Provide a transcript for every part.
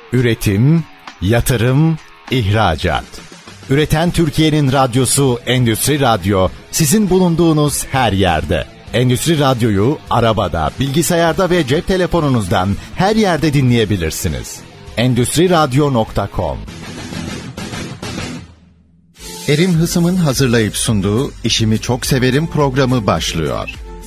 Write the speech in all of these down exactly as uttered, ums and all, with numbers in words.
Üretim, yatırım, ihracat. Üreten Türkiye'nin radyosu Endüstri Radyo, sizin bulunduğunuz her yerde. Endüstri Radyo'yu arabada, bilgisayarda ve cep telefonunuzdan her yerde dinleyebilirsiniz. endüstri radyo nokta com. Erim Hısım'ın hazırlayıp sunduğu İşimi Çok Severim programı başlıyor.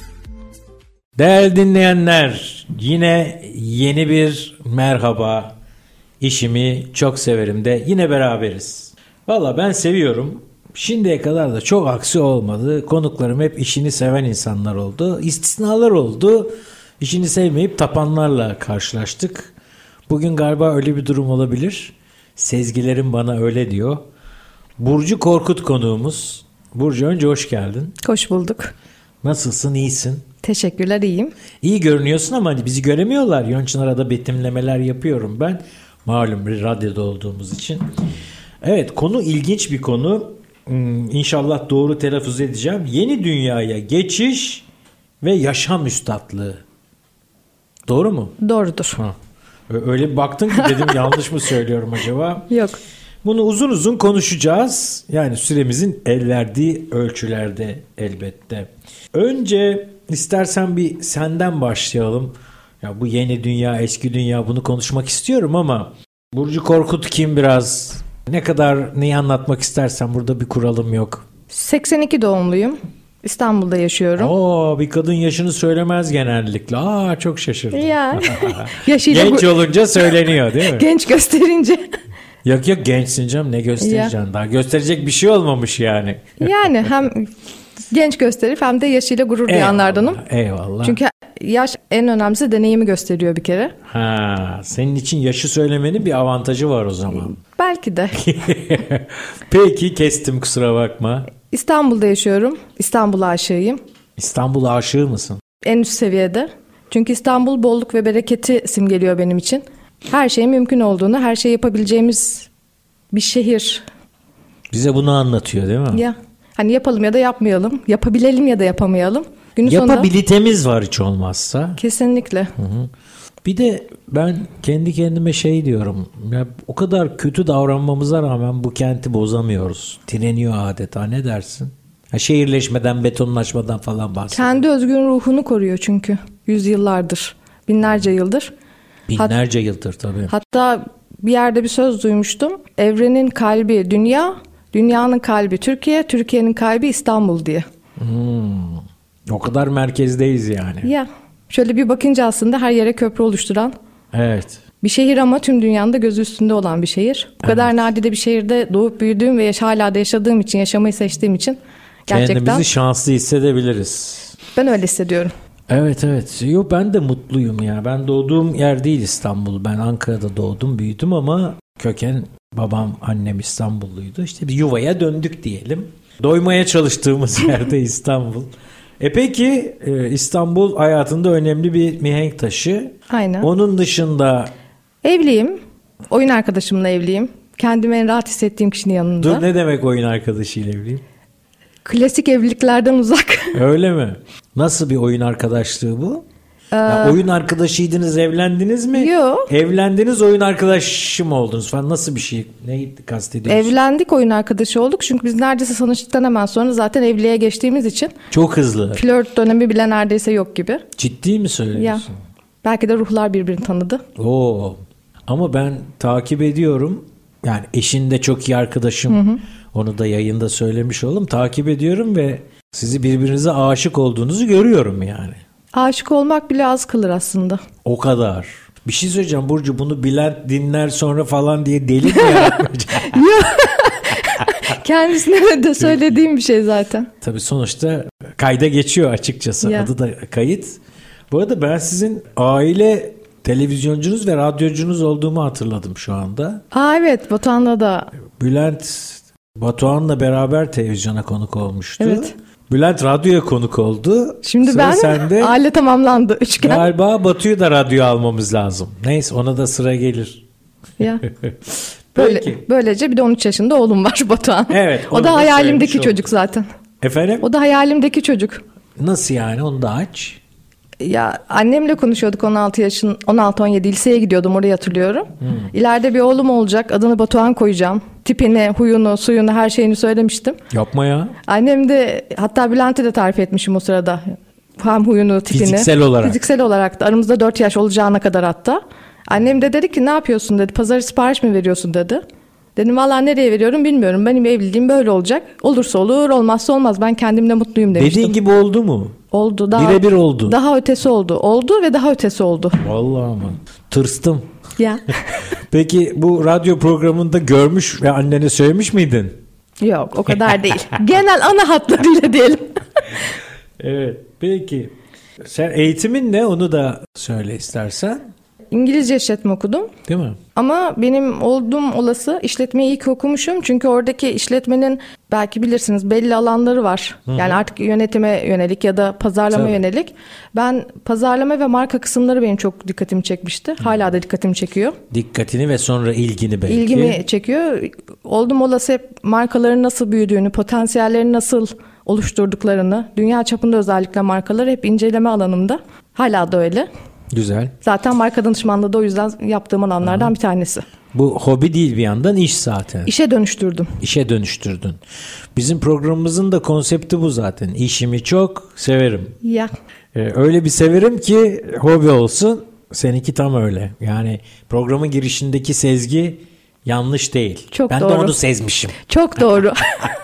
Değerli dinleyenler, yine yeni bir merhaba. İşimi Çok Severim de yine beraberiz. Valla ben seviyorum. Şimdiye kadar da çok aksi olmadı. Konuklarım hep işini seven insanlar oldu. İstisnalar oldu. İşini sevmeyip tapanlarla karşılaştık. Bugün galiba öyle bir durum olabilir. Sezgilerim bana öyle diyor. Burcu Korkut konuğumuz. Burcu, önce hoş geldin. Hoş bulduk. Nasılsın, iyisin? Teşekkürler, iyiyim. İyi görünüyorsun ama hani bizi göremiyorlar. Yonçun arada betimlemeler yapıyorum ben. Malum bir radyoda olduğumuz için. Evet, konu ilginç bir konu. Hmm, İnşallah doğru telaffuz edeceğim. Yeni dünyaya geçiş ve yaşam üstadlığı. Doğru mu? Doğrudur. Ha. Öyle bir baktın ki dedim yanlış mı söylüyorum acaba? Yok. Bunu uzun uzun konuşacağız. Yani süremizin el verdiği ölçülerde elbette. Önce istersen bir senden başlayalım. Ya bu yeni dünya, eski dünya, bunu konuşmak istiyorum ama Burcu Korkut kim biraz? Ne kadar neyi anlatmak istersen, burada bir kuralım yok. seksen iki doğumluyum. İstanbul'da yaşıyorum. Oo, bir kadın yaşını söylemez genellikle. Aa, çok şaşırdım. Ya. Yaşıyla Genç bu... olunca söyleniyor değil mi? Genç gösterince. Yok yok, gençsin canım, ne göstereceksin ya. Daha gösterecek bir şey olmamış yani. Yani hem genç gösterip hem de yaşıyla gurur duyanlardanım. Eyvallah. Çünkü yaş en önemlisi deneyimi gösteriyor bir kere. Ha, senin için yaşı söylemenin bir avantajı var o zaman. Belki de. Peki, kestim, kusura bakma. İstanbul'da yaşıyorum. İstanbul aşığıyım. İstanbul aşığı mısın? En üst seviyede. Çünkü İstanbul bolluk ve bereketi simgeliyor benim için. Her şeyin mümkün olduğunu, her şeyi yapabileceğimiz bir şehir. Bize bunu anlatıyor değil mi? Ya hani yapalım ya da yapmayalım, yapabilelim ya da yapamayalım. Günün Yapabilitemiz sonunda... var hiç olmazsa. Kesinlikle. Hı hı. Bir de ben kendi kendime şey diyorum. Ya o kadar kötü davranmamıza rağmen bu kenti bozamıyoruz. Direniyor adeta. Ne dersin? Ha, şehirleşmeden, betonlaşmadan falan bahsediyor. Kendi özgün ruhunu koruyor çünkü. Yüzyıllardır, binlerce yıldır. Binlerce Hat- yıldır tabii. Hatta bir yerde bir söz duymuştum. Evrenin kalbi dünya, dünyanın kalbi Türkiye, Türkiye'nin kalbi İstanbul diye. Hmm. O kadar merkezdeyiz yani. Ya şöyle bir bakınca aslında her yere köprü oluşturan. Evet. Bir şehir ama tüm dünyanın da gözü üstünde olan bir şehir. Bu evet. kadar nadide bir şehirde doğup büyüdüğüm ve yaş- hala da yaşadığım için, yaşamayı seçtiğim için gerçekten... Kendimizi şanslı hissedebiliriz. Ben öyle hissediyorum. Evet evet. Yo, ben de mutluyum ya. Ben doğduğum yer değil İstanbul. Ben Ankara'da doğdum, büyüdüm ama köken babam, annem İstanbulluydu. İşte bir yuvaya döndük diyelim. Doymaya çalıştığımız yerde İstanbul. E peki İstanbul hayatında önemli bir mihenk taşı. Aynen. Onun dışında... Evliyim. Oyun arkadaşımla evliyim. Kendimi en rahat hissettiğim kişinin yanında. Dur, ne demek oyun arkadaşıyla evliyim? Klasik evliliklerden uzak. Öyle mi? Nasıl bir oyun arkadaşlığı bu? Ee, ya oyun arkadaşıydınız, evlendiniz mi? Yok. Evlendiniz, oyun arkadaşı mı oldunuz falan, nasıl bir şey? Ne kastediyorsun? Evlendik, oyun arkadaşı olduk. Çünkü biz neredeyse tanıştıktan hemen sonra zaten evliliğe geçtiğimiz için. Çok hızlı. Flört dönemi bile neredeyse yok gibi. Ciddi mi söylüyorsun? Ya. Belki de ruhlar birbirini tanıdı. Oo. Ama ben takip ediyorum. Yani eşin de çok iyi arkadaşım. Hı hı. Onu da yayında söylemiş oldum. Takip ediyorum ve sizi birbirinize aşık olduğunuzu görüyorum yani. Aşık olmak bile az kılır aslında. O kadar. Bir şey söyleyeceğim Burcu, bunu Bülent dinler sonra falan diye deli mi yaratmayacak? Kendisine de söylediğim bir şey zaten. Tabii sonuçta kayda geçiyor açıkçası. Ya. Adı da kayıt. Bu arada ben sizin aile televizyoncunuz ve radyocunuz olduğumu hatırladım şu anda. Aa evet, Batuhan'la da. Bülent Batuhan'la beraber televizyona konuk olmuştu. Evet. Bülent radyoya konuk oldu. Şimdi sıra ben sende. Aile tamamlandı. Üçgen. Galiba Batu'yu da radyoya almamız lazım. Neyse, ona da sıra gelir. Ya. Böyle, böylece bir de on üç yaşında oğlum var, Batuhan. Evet. O da hayalimdeki çocuk zaten. Efendim? O da hayalimdeki çocuk. Nasıl yani? Onu da aç. Ya annemle konuşuyorduk on altı yaşın, on altı on yedi liseye gidiyordum, orayı hatırlıyorum. Hmm. İleride bir oğlum olacak, adını Batuhan koyacağım. Tipini, huyunu, suyunu, her şeyini söylemiştim. Yapma ya. Annem de, hatta Bülent'e de tarif etmişim o sırada. Hem huyunu, tipini. Fiziksel olarak. Fiziksel olarak da aramızda dört yaş olacağına kadar hatta. Annem de dedi ki ne yapıyorsun dedi, pazara sipariş mi veriyorsun dedi. Dedim valla nereye veriyorum bilmiyorum, benim evliliğim böyle olacak. Olursa olur, olmazsa olmaz, ben kendimle mutluyum demiştim. Dediğin gibi oldu mu? Oldu. Daha, birebir oldu. Daha ötesi oldu. Oldu ve daha ötesi oldu. Vallahi ama tırstım. Ya. Peki bu radyo programında görmüş ve annene söylemiş miydin? Yok, o kadar değil. Genel ana hatlarıyla diyelim. Evet. Peki. Sen eğitimin ne? Onu da söyle istersen. İngilizce işletme okudum. Değil mi? Ama benim olduğum olası işletmeyi iyi ki okumuşum. Çünkü oradaki işletmenin belki bilirsiniz belli alanları var. Hı-hı. Yani artık yönetime yönelik ya da pazarlama Tabii. yönelik. Ben pazarlama ve marka kısımları benim çok dikkatimi çekmişti. Hı-hı. Hala da dikkatimi çekiyor. Dikkatini ve sonra ilgini belki. İlgimi çekiyor. Oldum olası hep markaların nasıl büyüdüğünü, potansiyellerini nasıl oluşturduklarını, dünya çapında özellikle markaları hep inceleme alanımda. Hala da öyle. Güzel. Zaten marka danışmanlığı da o yüzden yaptığım alanlardan Aha. bir tanesi. Bu hobi değil, bir yandan iş zaten. İşe dönüştürdüm. İşe dönüştürdün. Bizim programımızın da konsepti bu zaten. İşimi çok severim. Ya. Ee, öyle bir severim ki hobi olsun. Seninki tam öyle. Yani programın girişindeki sezgi yanlış değil. Çok ben doğru. de onu sezmişim. Çok doğru.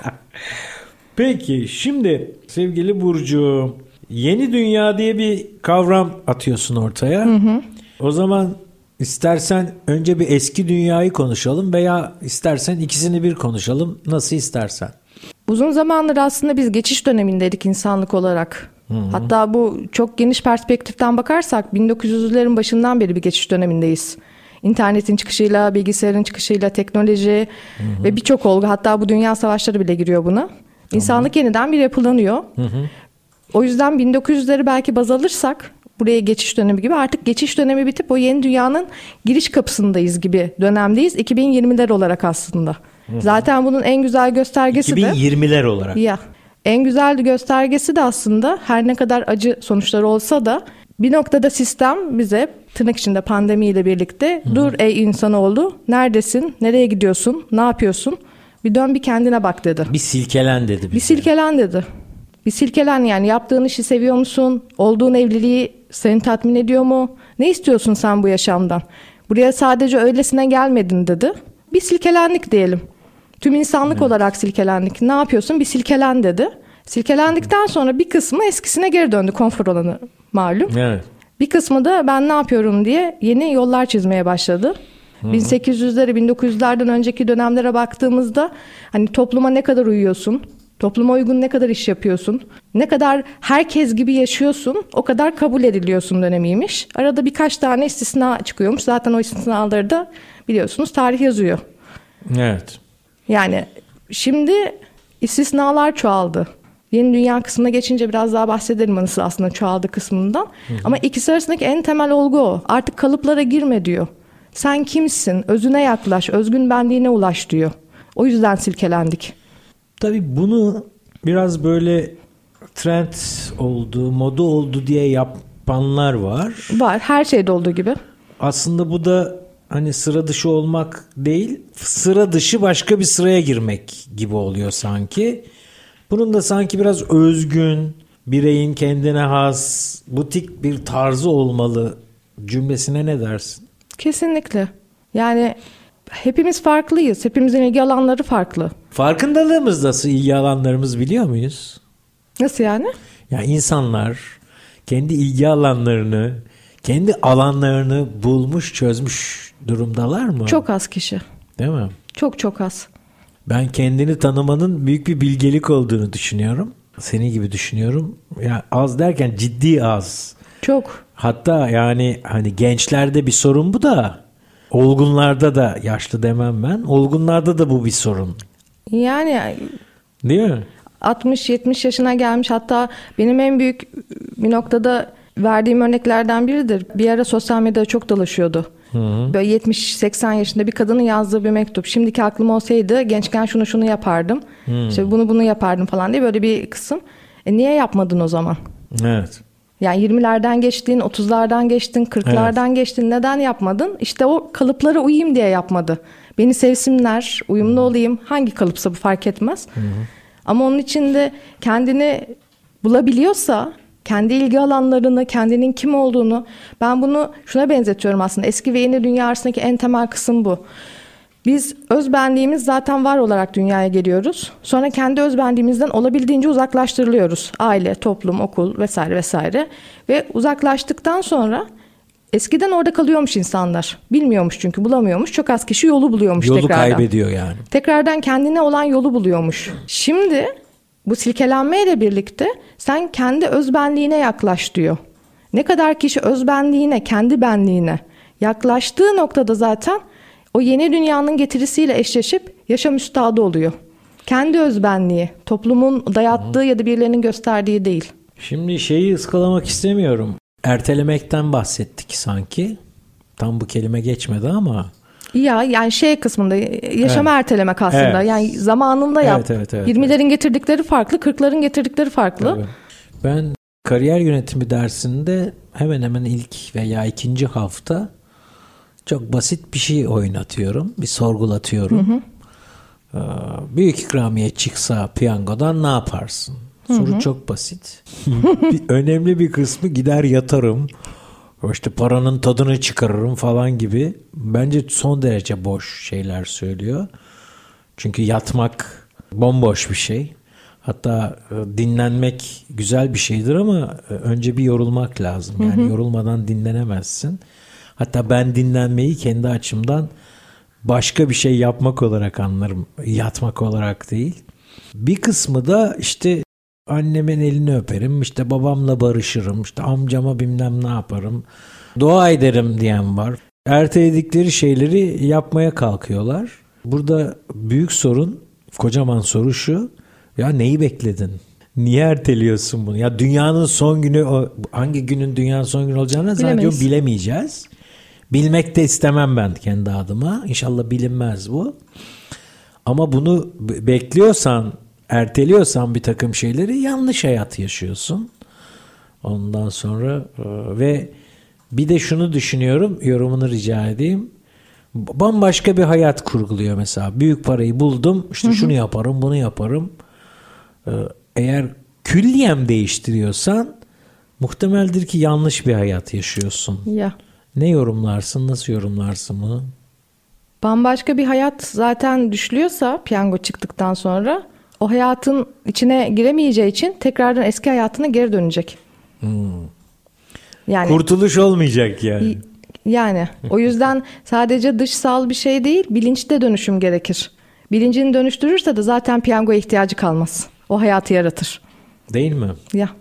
Peki şimdi sevgili Burcu, yeni dünya diye bir kavram atıyorsun ortaya. Hı hı. O zaman istersen önce bir eski dünyayı konuşalım veya istersen ikisini bir konuşalım. Nasıl istersen. Uzun zamandır aslında biz geçiş dönemindeydik insanlık olarak. Hı hı. Hatta bu çok geniş perspektiften bakarsak bin dokuz yüzlerin başından beri bir geçiş dönemindeyiz. İnternetin çıkışıyla, bilgisayarın çıkışıyla, teknoloji hı hı. ve birçok olgu, hatta bu dünya savaşları bile giriyor buna. Tamam. İnsanlık yeniden bir yapılanıyor. Hı hı. O yüzden bin dokuz yüzleri belki baz alırsak, buraya geçiş dönemi gibi, artık geçiş dönemi bitip o yeni dünyanın giriş kapısındayız gibi dönemdeyiz. iki bin yirmiler olarak aslında. Hı hı. Zaten bunun en güzel göstergesi de... iki bin yirmiler olarak. Ya, en güzel göstergesi de aslında her ne kadar acı sonuçları olsa da bir noktada sistem bize tırnak içinde pandemiyle birlikte hı hı. dur ey insanoğlu, neredesin, nereye gidiyorsun, ne yapıyorsun, bir dön bir kendine bak dedi. Bir silkelen dedi bize. Bir silkelen dedi. Bir silkelen, yani yaptığın işi seviyor musun? Olduğun evliliği seni tatmin ediyor mu? Ne istiyorsun sen bu yaşamdan? Buraya sadece öylesine gelmedin dedi. Bir silkelendik diyelim. Tüm insanlık evet. olarak silkelendik. Ne yapıyorsun? Bir silkelen dedi. Silkelendikten sonra bir kısmı eskisine geri döndü, konfor alanı malum. Evet. Bir kısmı da ben ne yapıyorum diye yeni yollar çizmeye başladı. Hı-hı. bin sekiz yüzlere, bin dokuz yüzlerden önceki dönemlere baktığımızda hani topluma ne kadar uyuyorsun? Topluma uygun ne kadar iş yapıyorsun? Ne kadar herkes gibi yaşıyorsun? O kadar kabul ediliyorsun dönemiymiş. Arada birkaç tane istisna çıkıyormuş. Zaten o istisnaları da biliyorsunuz tarih yazıyor. Evet. Yani şimdi istisnalar çoğaldı. Yeni dünya kısmına geçince biraz daha bahsedelim nasıl aslında çoğaldı kısmından. Hı hı. Ama ikisi arasındaki en temel olgu o. Artık kalıplara girme diyor. Sen kimsin? Özüne yaklaş, özgün benliğine ulaş diyor. O yüzden silkelendik. Tabii bunu biraz böyle trend oldu, moda oldu diye yapanlar var. Var, her şeyde olduğu gibi. Aslında bu da hani sıra dışı olmak değil, sıra dışı başka bir sıraya girmek gibi oluyor sanki. Bunun da sanki biraz özgün, bireyin kendine has, butik bir tarzı olmalı cümlesine ne dersin? Kesinlikle. Yani hepimiz farklıyız. Hepimizin ilgi alanları farklı. Farkındalığımız nasıl, ilgi alanlarımız biliyor muyuz? Nasıl yani? Ya insanlar kendi ilgi alanlarını, kendi alanlarını bulmuş, çözmüş durumdalar mı? Çok az kişi. Değil mi? Çok çok az. Ben kendini tanımanın büyük bir bilgelik olduğunu düşünüyorum. Seni gibi düşünüyorum. Ya az derken ciddi az. Çok. Hatta yani hani gençlerde bir sorun bu da, olgunlarda da, yaşlı demem ben, olgunlarda da bu bir sorun. Yani değil mi? altmış yetmiş yaşına gelmiş, hatta benim en büyük bir noktada verdiğim örneklerden biridir. Bir ara sosyal medyada çok dolaşıyordu. Hı hı. Böyle yetmiş seksen yaşında bir kadının yazdığı bir mektup. Şimdiki aklım olsaydı gençken şunu şunu yapardım. Hı. İşte bunu bunu yapardım falan diye böyle bir kısım. E niye yapmadın o zaman? Evet. Yani yirmilerden geçtin, otuzlardan geçtin, kırklardan evet. geçtin. Neden yapmadın? İşte o kalıplara uyayım diye yapmadı. Beni sevsinler, uyumlu olayım. Hangi kalıpsa bu fark etmez. Hı hı. Ama onun içinde kendini bulabiliyorsa, kendi ilgi alanlarını, kendinin kim olduğunu, ben bunu şuna benzetiyorum aslında. Eski ve yeni dünya arasındaki en temel kısım bu. Biz özbenliğimiz zaten var olarak dünyaya geliyoruz. Sonra kendi özbenliğimizden olabildiğince uzaklaştırılıyoruz. Aile, toplum, okul vesaire vesaire. Ve uzaklaştıktan sonra eskiden orada kalıyormuş insanlar. Bilmiyormuş çünkü, bulamıyormuş. Çok az kişi yolu buluyormuş yolu tekrardan. Yolu kaybediyor yani. Tekrardan kendine olan yolu buluyormuş. Şimdi bu silkelenmeyle birlikte sen kendi özbenliğine yaklaş diyor. Ne kadar kişi özbenliğine, kendi benliğine yaklaştığı noktada zaten o yeni dünyanın getirisiyle eşleşip yaşam üstadı oluyor. Kendi özbenliği, toplumun dayattığı ya da birilerinin gösterdiği değil. Şimdi şeyi ıskalamak istemiyorum. Ertelemekten bahsettik sanki. Tam bu kelime geçmedi ama. Ya yani şey kısmında yaşamı evet. ertelemek aslında. Evet. Yani zamanında yap. Evet, evet, evet, yirmilerin evet. getirdikleri farklı, kırkların getirdikleri farklı. Tabii. Ben kariyer yönetimi dersinde hemen hemen ilk veya ikinci hafta çok basit bir şey oynatıyorum. Bir sorgulatıyorum. Hı hı. Büyük ikramiye çıksa piyangodan ne yaparsın? Soru hı hı. çok basit. bir, önemli bir kısmı gider yatarım. İşte paranın tadını çıkarırım falan gibi. Bence son derece boş şeyler söylüyor. Çünkü yatmak bomboş bir şey. Hatta dinlenmek güzel bir şeydir ama önce bir yorulmak lazım. Yani hı hı. yorulmadan dinlenemezsin. Hatta ben dinlenmeyi kendi açımdan başka bir şey yapmak olarak anlarım. Yatmak olarak değil. Bir kısmı da işte annemin elini öperim, işte babamla barışırım, işte amcama bilmem ne yaparım, dua ederim diyen var. Erteledikleri şeyleri yapmaya kalkıyorlar. Burada büyük sorun, kocaman soru şu, ya neyi bekledin? Niye erteliyorsun bunu? Ya dünyanın son günü, hangi günün dünyanın son günü olacağını zannediyorum bilemeyeceğiz. Bilmek de istemem ben kendi adıma. İnşallah bilinmez bu. Ama bunu bekliyorsan, erteliyorsan bir takım şeyleri yanlış hayat yaşıyorsun. Ondan sonra ve bir de şunu düşünüyorum, yorumunu rica edeyim. Bambaşka bir hayat kurguluyor mesela. Büyük parayı buldum, işte hı hı. şunu yaparım, bunu yaparım. Eğer külliyem değiştiriyorsan muhtemeldir ki yanlış bir hayat yaşıyorsun. Ya. Ne yorumlarsın, nasıl yorumlarsın bunu? Bambaşka bir hayat zaten düşlüyorsa piyango çıktıktan sonra o hayatın içine giremeyeceği için tekrardan eski hayatına geri dönecek. Hmm. Yani kurtuluş olmayacak yani. Yani o yüzden sadece dışsal bir şey değil, bilinçte dönüşüm gerekir. Bilincini dönüştürürse de zaten piyangoya ihtiyacı kalmaz. O hayatı yaratır. Değil mi? Ya.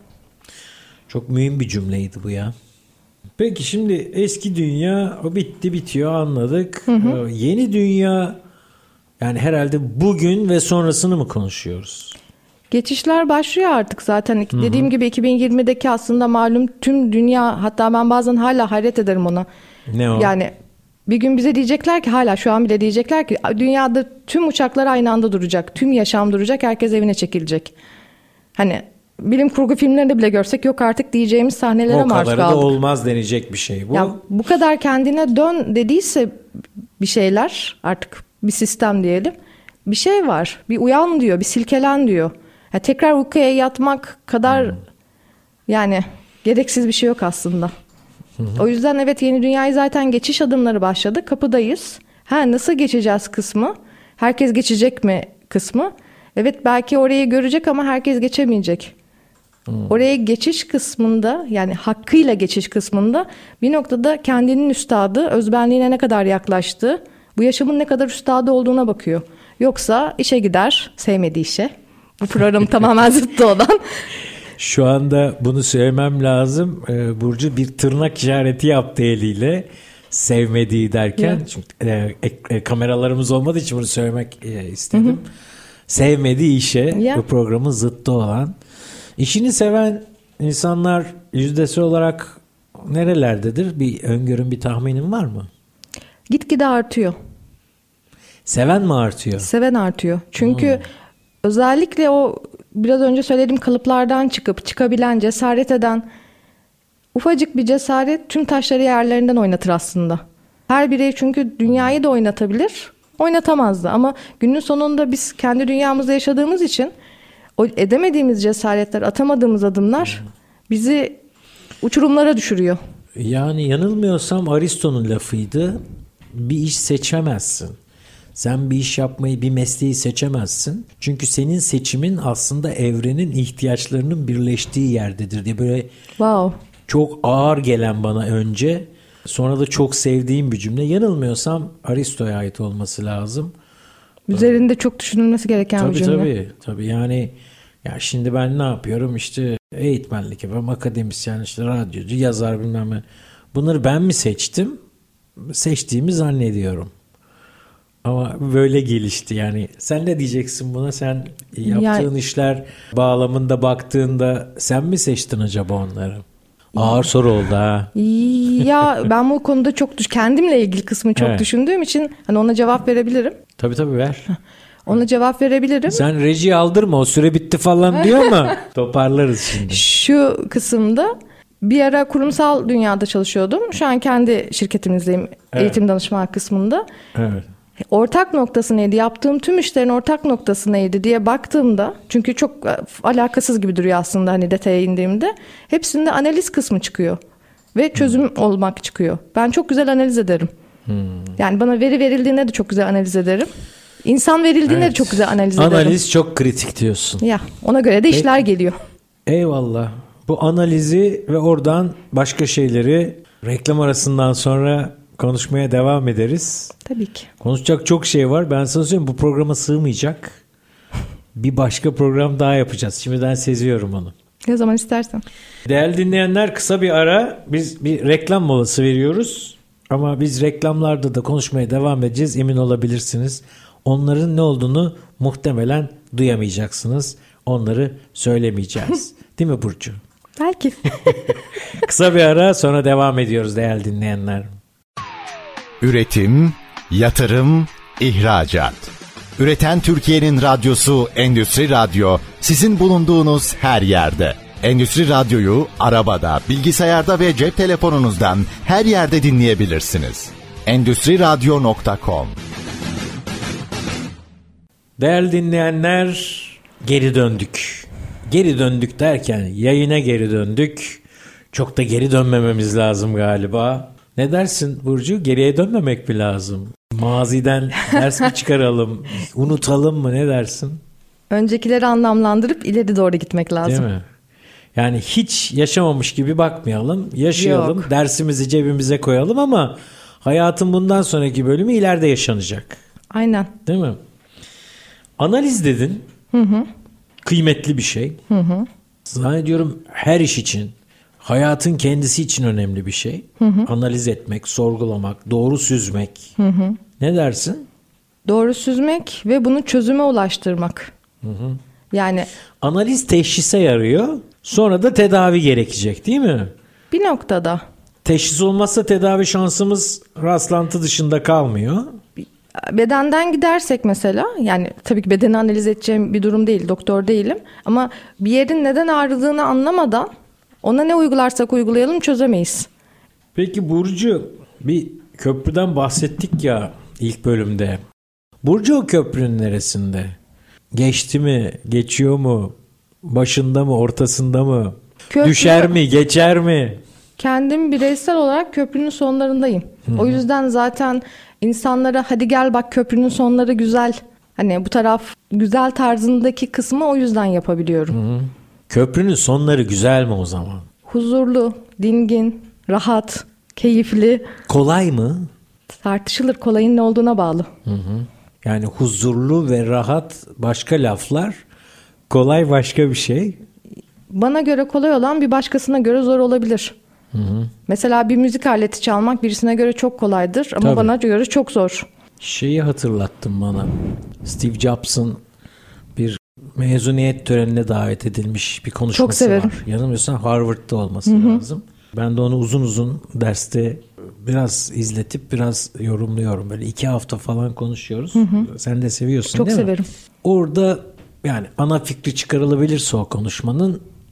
Çok mühim bir cümleydi bu ya. Peki şimdi eski dünya o bitti bitiyor anladık. Hı hı. Ee, yeni dünya yani herhalde bugün ve sonrasını mı konuşuyoruz? Geçişler başlıyor artık zaten. Hı hı. Dediğim gibi iki bin yirmideki aslında malum tüm dünya, hatta ben bazen hala hayret ederim ona. Ne o? Yani bir gün bize diyecekler ki, hala şu an bile diyecekler ki dünyada tüm uçaklar aynı anda duracak. Tüm yaşam duracak. Herkes evine çekilecek. Hani bilim kurgu filmlerinde bile görsek yok artık diyeceğimiz sahnelere maruz kaldık. O kadarı da olmaz denecek bir şey bu. Ya, bu kadar kendine dön dediyse bir şeyler, artık bir sistem diyelim. Bir şey var. Bir uyan diyor. Bir silkelen diyor. Ya, tekrar uykuya yatmak kadar hmm. yani gereksiz bir şey yok aslında. Hı hı. O yüzden evet, yeni dünyayı zaten geçiş adımları başladı. Kapıdayız. Ha, nasıl geçeceğiz kısmı? Herkes geçecek mi kısmı? Evet, belki orayı görecek ama herkes geçemeyecek. Hmm. Oraya geçiş kısmında, yani hakkıyla geçiş kısmında bir noktada kendinin üstadı, özbenliğine ne kadar yaklaştığı, bu yaşamın ne kadar üstadı olduğuna bakıyor. Yoksa işe gider, sevmediği işe. Bu program tamamen zıttı olan. Şu anda bunu söylemem lazım. Ee, Burcu bir tırnak işareti yaptı eliyle. Sevmediği derken. Evet. Çünkü e, e, kameralarımız olmadığı için bunu söylemek e, istedim. Hı hı. Sevmediği işe, ya. Bu programın zıttı olan. İşini seven insanlar yüzdesi olarak nerelerdedir? Bir öngörün, bir tahminin var mı? Gitgide artıyor. Seven mi artıyor? Seven artıyor. Çünkü hmm. özellikle o biraz önce söylediğim kalıplardan çıkıp çıkabilen, cesaret eden Ufacık bir cesaret tüm taşları yerlerinden oynatır aslında. Her birey çünkü dünyayı da oynatabilir, oynatamazdı. Ama günün sonunda biz kendi dünyamızda yaşadığımız için o edemediğimiz cesaretler, atamadığımız adımlar bizi uçurumlara düşürüyor. Yani yanılmıyorsam Aristo'nun lafıydı. Bir iş seçemezsin. Sen bir iş yapmayı, bir mesleği seçemezsin. Çünkü senin seçimin aslında evrenin ihtiyaçlarının birleştiği yerdedir diye böyle wow. Çok ağır gelen bana önce, sonra da çok sevdiğim bir cümle. Yanılmıyorsam Aristo'ya ait olması lazım. Üzerinde çok düşünülmesi gereken tabii, bir cümle. Tabii tabii yani ya şimdi ben ne yapıyorum işte eğitmenlik yapıyorum, akademisyen, işte radyocu, yazar bilmem ne. Bunları ben mi seçtim? Seçtiğimi zannediyorum. Ama böyle gelişti yani. Sen ne diyeceksin buna? Sen yaptığın yani, işler bağlamında baktığında sen mi seçtin acaba onları? Ağır soru oldu ha. Ya ben bu konuda çok düş kendimle ilgili kısmı çok evet. düşündüğüm için hani ona cevap verebilirim. Tabii tabii ver. Ona cevap verebilirim. Sen reji aldırma, o süre bitti falan diyor ama toparlarız şimdi. Şu kısımda bir ara kurumsal dünyada çalışıyordum. Şu an kendi şirketimizdeyim, evet. eğitim danışmanlık kısmında. Evet. Ortak noktası neydi? Yaptığım tüm işlerin ortak noktası neydi diye baktığımda, çünkü çok alakasız gibi duruyor aslında hani detaya indiğimde, hepsinde analiz kısmı çıkıyor ve çözüm hmm. olmak çıkıyor. Ben çok güzel analiz ederim. Hmm. Yani bana veri verildiğinde de çok güzel analiz ederim. İnsan verildiğinde evet. de çok güzel analiz ederim. Analiz çok kritik diyorsun. Ya ona göre de işler Peki. geliyor. Eyvallah. Bu analizi ve oradan başka şeyleri reklam arasından sonra konuşmaya devam ederiz. Tabii ki. Konuşacak çok şey var. Ben sana söyleyeyim, bu programa sığmayacak. Bir başka program daha yapacağız. Şimdiden seziyorum onu. Ne zaman istersen. Değerli dinleyenler, kısa bir ara. Biz bir reklam molası veriyoruz. Ama biz reklamlarda da konuşmaya devam edeceğiz. Emin olabilirsiniz. Onların ne olduğunu muhtemelen duyamayacaksınız. Onları söylemeyeceğiz. Değil mi Burcu? Belki. Kısa bir ara, sonra devam ediyoruz değerli dinleyenler. Üretim, yatırım, ihracat. Üreten Türkiye'nin radyosu Endüstri Radyo, sizin bulunduğunuz her yerde. Endüstri Radyo'yu arabada, bilgisayarda ve cep telefonunuzdan her yerde dinleyebilirsiniz. endüstri radyo nokta com. Değerli dinleyenler, geri döndük. Geri döndük derken yayına geri döndük. Çok da geri dönmememiz lazım galiba. Ne dersin Burcu? Geriye dönmemek mi lazım? Maziden ders mi çıkaralım? Unutalım mı? Ne dersin? Öncekileri anlamlandırıp ileri doğru gitmek lazım. Değil mi? Yani hiç yaşamamış gibi bakmayalım. Yaşayalım. Yok. Dersimizi cebimize koyalım ama hayatın bundan sonraki bölümü ileride yaşanacak. Aynen. Değil mi? Analiz dedin. Hı hı. Kıymetli bir şey. Hı hı. Zannediyorum her iş için, hayatın kendisi için önemli bir şey. Hı hı. Analiz etmek, sorgulamak, doğru süzmek. Hı hı. Ne dersin? Doğru süzmek ve bunu çözüme ulaştırmak. Hı hı. Yani analiz teşhise yarıyor. Sonra da tedavi gerekecek, değil mi? Bir noktada. Teşhis olmazsa tedavi şansımız rastlantı dışında kalmıyor. Bedenden gidersek mesela, yani tabii ki bedeni analiz edeceğim bir durum değil, doktor değilim. Ama bir yerin neden ağrıdığını anlamadan ona ne uygularsak uygulayalım çözemeyiz. Peki Burcu, bir köprüden bahsettik ya ilk bölümde. Burcu o köprünün neresinde? Geçti mi? Geçiyor mu? Başında mı? Ortasında mı? Köprü, düşer mi? Geçer mi? Kendim bireysel olarak köprünün sonlarındayım. Hı-hı. O yüzden zaten insanlara hadi gel bak köprünün sonları güzel, hani bu taraf güzel tarzındaki kısmı o yüzden yapabiliyorum. Hı-hı. Köprünün sonları güzel mi o zaman? Huzurlu, dingin, rahat, keyifli. Kolay mı? Tartışılır, kolayın ne olduğuna bağlı. Hı hı. Yani huzurlu ve rahat başka laflar, kolay başka bir şey. Bana göre kolay olan bir başkasına göre zor olabilir. Hı hı. Mesela bir müzik aleti çalmak birisine göre çok kolaydır ama Tabii. bana göre çok zor. Şeyi hatırlattın bana. Steve Jobs'ın bir mezuniyet törenine davet edilmiş bir konuşması çok severim. var. Yanılmıyorsam Harvard'da olması Hı-hı. lazım. Ben de onu uzun uzun derste biraz izletip biraz yorumluyorum. Böyle iki hafta falan konuşuyoruz. Hı-hı. Sen de seviyorsun çok değil severim. mi? Orada yani ana fikri çıkarılabilirse o konuşmanın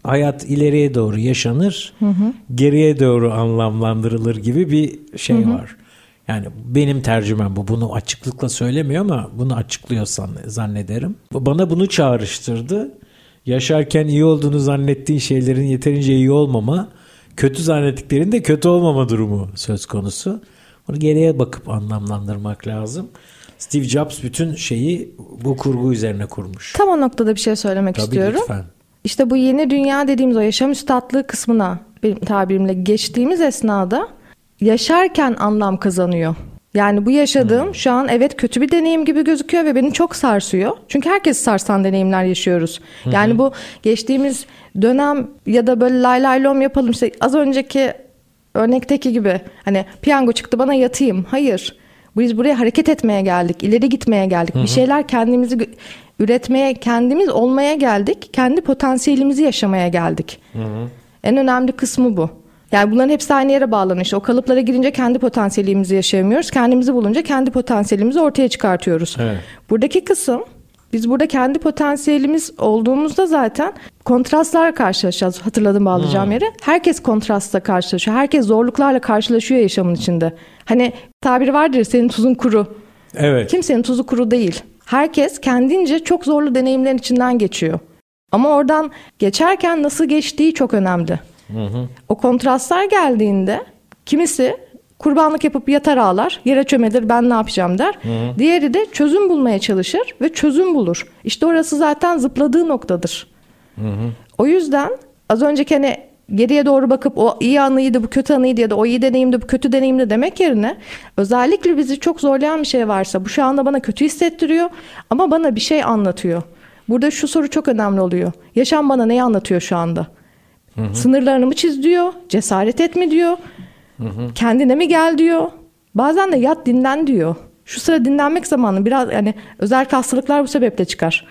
hayat ileriye doğru yaşanır, hı hı. geriye doğru anlamlandırılır gibi bir şey hı hı. var. Yani benim tercümem bu. Bunu açıklıkla söylemiyor ama bunu açıklıyor zannederim. Bana bunu çağrıştırdı. Yaşarken iyi olduğunu zannettiğin şeylerin yeterince iyi olmama, kötü zannettiklerin de kötü olmama durumu söz konusu. Bunu geriye bakıp anlamlandırmak lazım. Steve Jobs bütün şeyi bu kurgu üzerine kurmuş. Tam o noktada bir şey söylemek Tabii, istiyorum. Lütfen. İşte bu yeni dünya dediğimiz o yaşam üstadlığı kısmına benim tabirimle geçtiğimiz esnada yaşarken anlam kazanıyor. Yani bu yaşadığım hmm. şu an evet kötü bir deneyim gibi gözüküyor ve beni çok sarsıyor. Çünkü herkes sarsan deneyimler yaşıyoruz. Hmm. Yani bu geçtiğimiz dönem ya da böyle lay lay lom yapalım. İşte az önceki örnekteki gibi hani piyango çıktı bana yatayım. Hayır. Biz buraya hareket etmeye geldik. İleri gitmeye geldik. Hmm. Bir şeyler kendimizi üretmeye, kendimiz olmaya geldik. Kendi potansiyelimizi yaşamaya geldik. Hmm. En önemli kısmı bu. Yani bunların hepsi aynı yere bağlanıyor. İşte o kalıplara girince kendi potansiyelimizi yaşayamıyoruz. Kendimizi bulunca kendi potansiyelimizi ortaya çıkartıyoruz. Evet. Buradaki kısım, biz burada kendi potansiyelimiz olduğumuzda zaten kontrastlarla karşılaşacağız. Hatırladım bağlayacağım hmm. yere. Herkes kontrastla karşılaşıyor. Herkes zorluklarla karşılaşıyor yaşamın içinde. Hani tabiri vardır, senin tuzun kuru. Evet. Kimsenin tuzu kuru değil. Herkes kendince çok zorlu deneyimlerin içinden geçiyor. Ama oradan geçerken nasıl geçtiği çok önemli. Hı hı. O kontrastlar geldiğinde kimisi kurbanlık yapıp yatar ağlar, yere çömelir, ben ne yapacağım der. Hı hı. Diğeri de çözüm bulmaya çalışır ve çözüm bulur. İşte orası zaten zıpladığı noktadır. Hı hı. O yüzden az önceki hani geriye doğru bakıp o iyi anıydı, bu kötü anıydı ya da o iyi deneyimdi, bu kötü deneyimdi demek yerine özellikle bizi çok zorlayan bir şey varsa, bu şu anda bana kötü hissettiriyor ama bana bir şey anlatıyor. Burada şu soru çok önemli oluyor. Yaşam bana neyi anlatıyor şu anda? Hı hı. Sınırlarını mı çiz diyor? Cesaret et mi diyor? Hı hı. Kendine mi gel diyor? Bazen de yat dinlen diyor. Şu sıra dinlenmek zamanı biraz yani özel hastalıklar bu sebeple çıkar.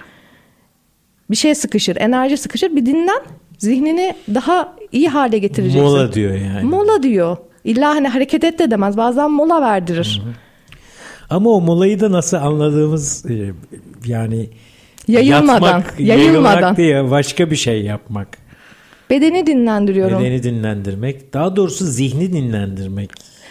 Bir şey sıkışır, enerji sıkışır. Bir dinlen, zihnini daha iyi hale getireceksin. Mola diyor yani. Mola diyor. İlla hani hareket et de demez. Bazen mola verdirir. Hı hı. Ama o molayı da nasıl anladığımız yani yayılmadan, yatmak, yayılmadan diye başka bir şey yapmak. Bedeni dinlendiriyorum. Bedeni dinlendirmek. Daha doğrusu zihni dinlendirmek.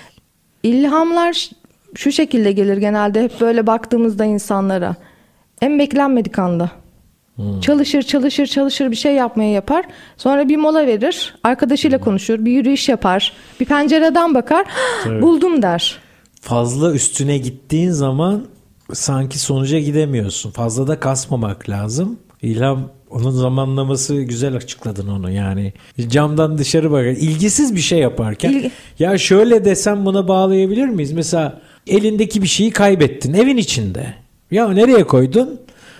İlhamlar şu şekilde gelir genelde hep böyle baktığımızda insanlara. En beklenmedik anda. Hmm. Çalışır çalışır çalışır bir şey yapmaya yapar. Sonra bir mola verir. Arkadaşıyla hmm. konuşur. Bir yürüyüş yapar. Bir pencereden bakar. Buldum der. Fazla üstüne gittiğin zaman sanki sonuca gidemiyorsun. Fazla da kasmamak lazım. İlham, onun zamanlaması güzel, açıkladın onu yani. Camdan dışarı bakar. İlgisiz bir şey yaparken İlgi... ya şöyle desem buna bağlayabilir miyiz? Mesela elindeki bir şeyi kaybettin evin içinde. Ya nereye koydun?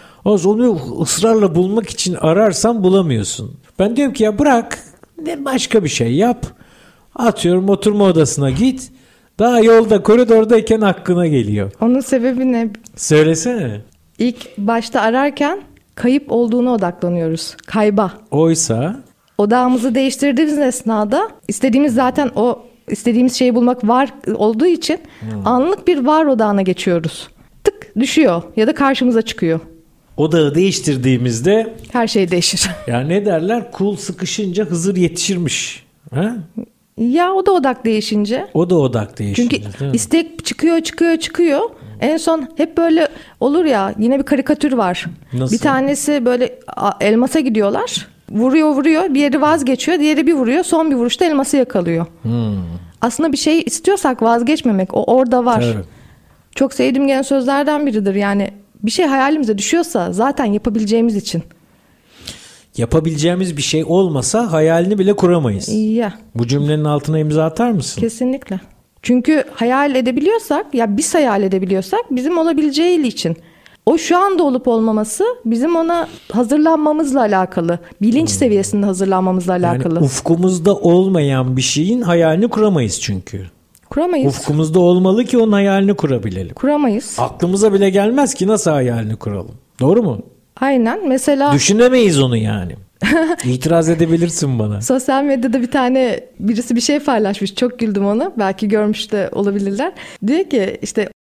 Onu ısrarla bulmak için ararsan bulamıyorsun. Ben diyorum ki ya bırak, başka bir şey yap. Atıyorum oturma odasına git. Daha yolda, koridordayken aklına geliyor. Onun sebebi ne? Söylesene. İlk başta ararken kayıp olduğuna odaklanıyoruz. Kayba. Oysa odağımızı değiştirdiğimiz esnada istediğimiz zaten o istediğimiz şeyi bulmak var olduğu için hmm. anlık bir var odağına geçiyoruz. Tık düşüyor ya da karşımıza çıkıyor. Odağı değiştirdiğimizde her şey değişir. Ya ne derler? Kul sıkışınca Hızır yetişirmiş. Ha? Ya o da odak değişince. O da odak değişince. Çünkü istek çıkıyor çıkıyor çıkıyor. En son hep böyle olur ya, yine bir karikatür var. Nasıl? Bir tanesi böyle elmasa gidiyorlar. Vuruyor vuruyor, bir yeri vazgeçiyor, diğeri bir vuruyor, son bir vuruşta elması yakalıyor. Hmm. Aslında bir şey istiyorsak vazgeçmemek, o orada var. Evet. Çok sevdiğim gene sözlerden biridir yani. Bir şey hayalimize düşüyorsa zaten yapabileceğimiz için. Yapabileceğimiz bir şey olmasa hayalini bile kuramayız. Ya. Bu cümlenin altına imza atar mısın? Kesinlikle. Çünkü hayal edebiliyorsak, ya biz hayal edebiliyorsak bizim olabileceği için. O şu anda olup olmaması bizim ona hazırlanmamızla alakalı. Bilinç hmm. seviyesinde hazırlanmamızla alakalı. Yani ufkumuzda olmayan bir şeyin hayalini kuramayız çünkü. Kuramayız. Ufkumuzda olmalı ki onun hayalini kurabilelim. Kuramayız. Aklımıza bile gelmez ki nasıl hayalini kuralım. Doğru mu? Aynen. Mesela düşünemeyiz onu yani. İtiraz edebilirsin bana. Sosyal medyada bir tane birisi bir şey paylaşmış. Çok güldüm ona. Belki görmüş de olabilirler. Diyor ki işte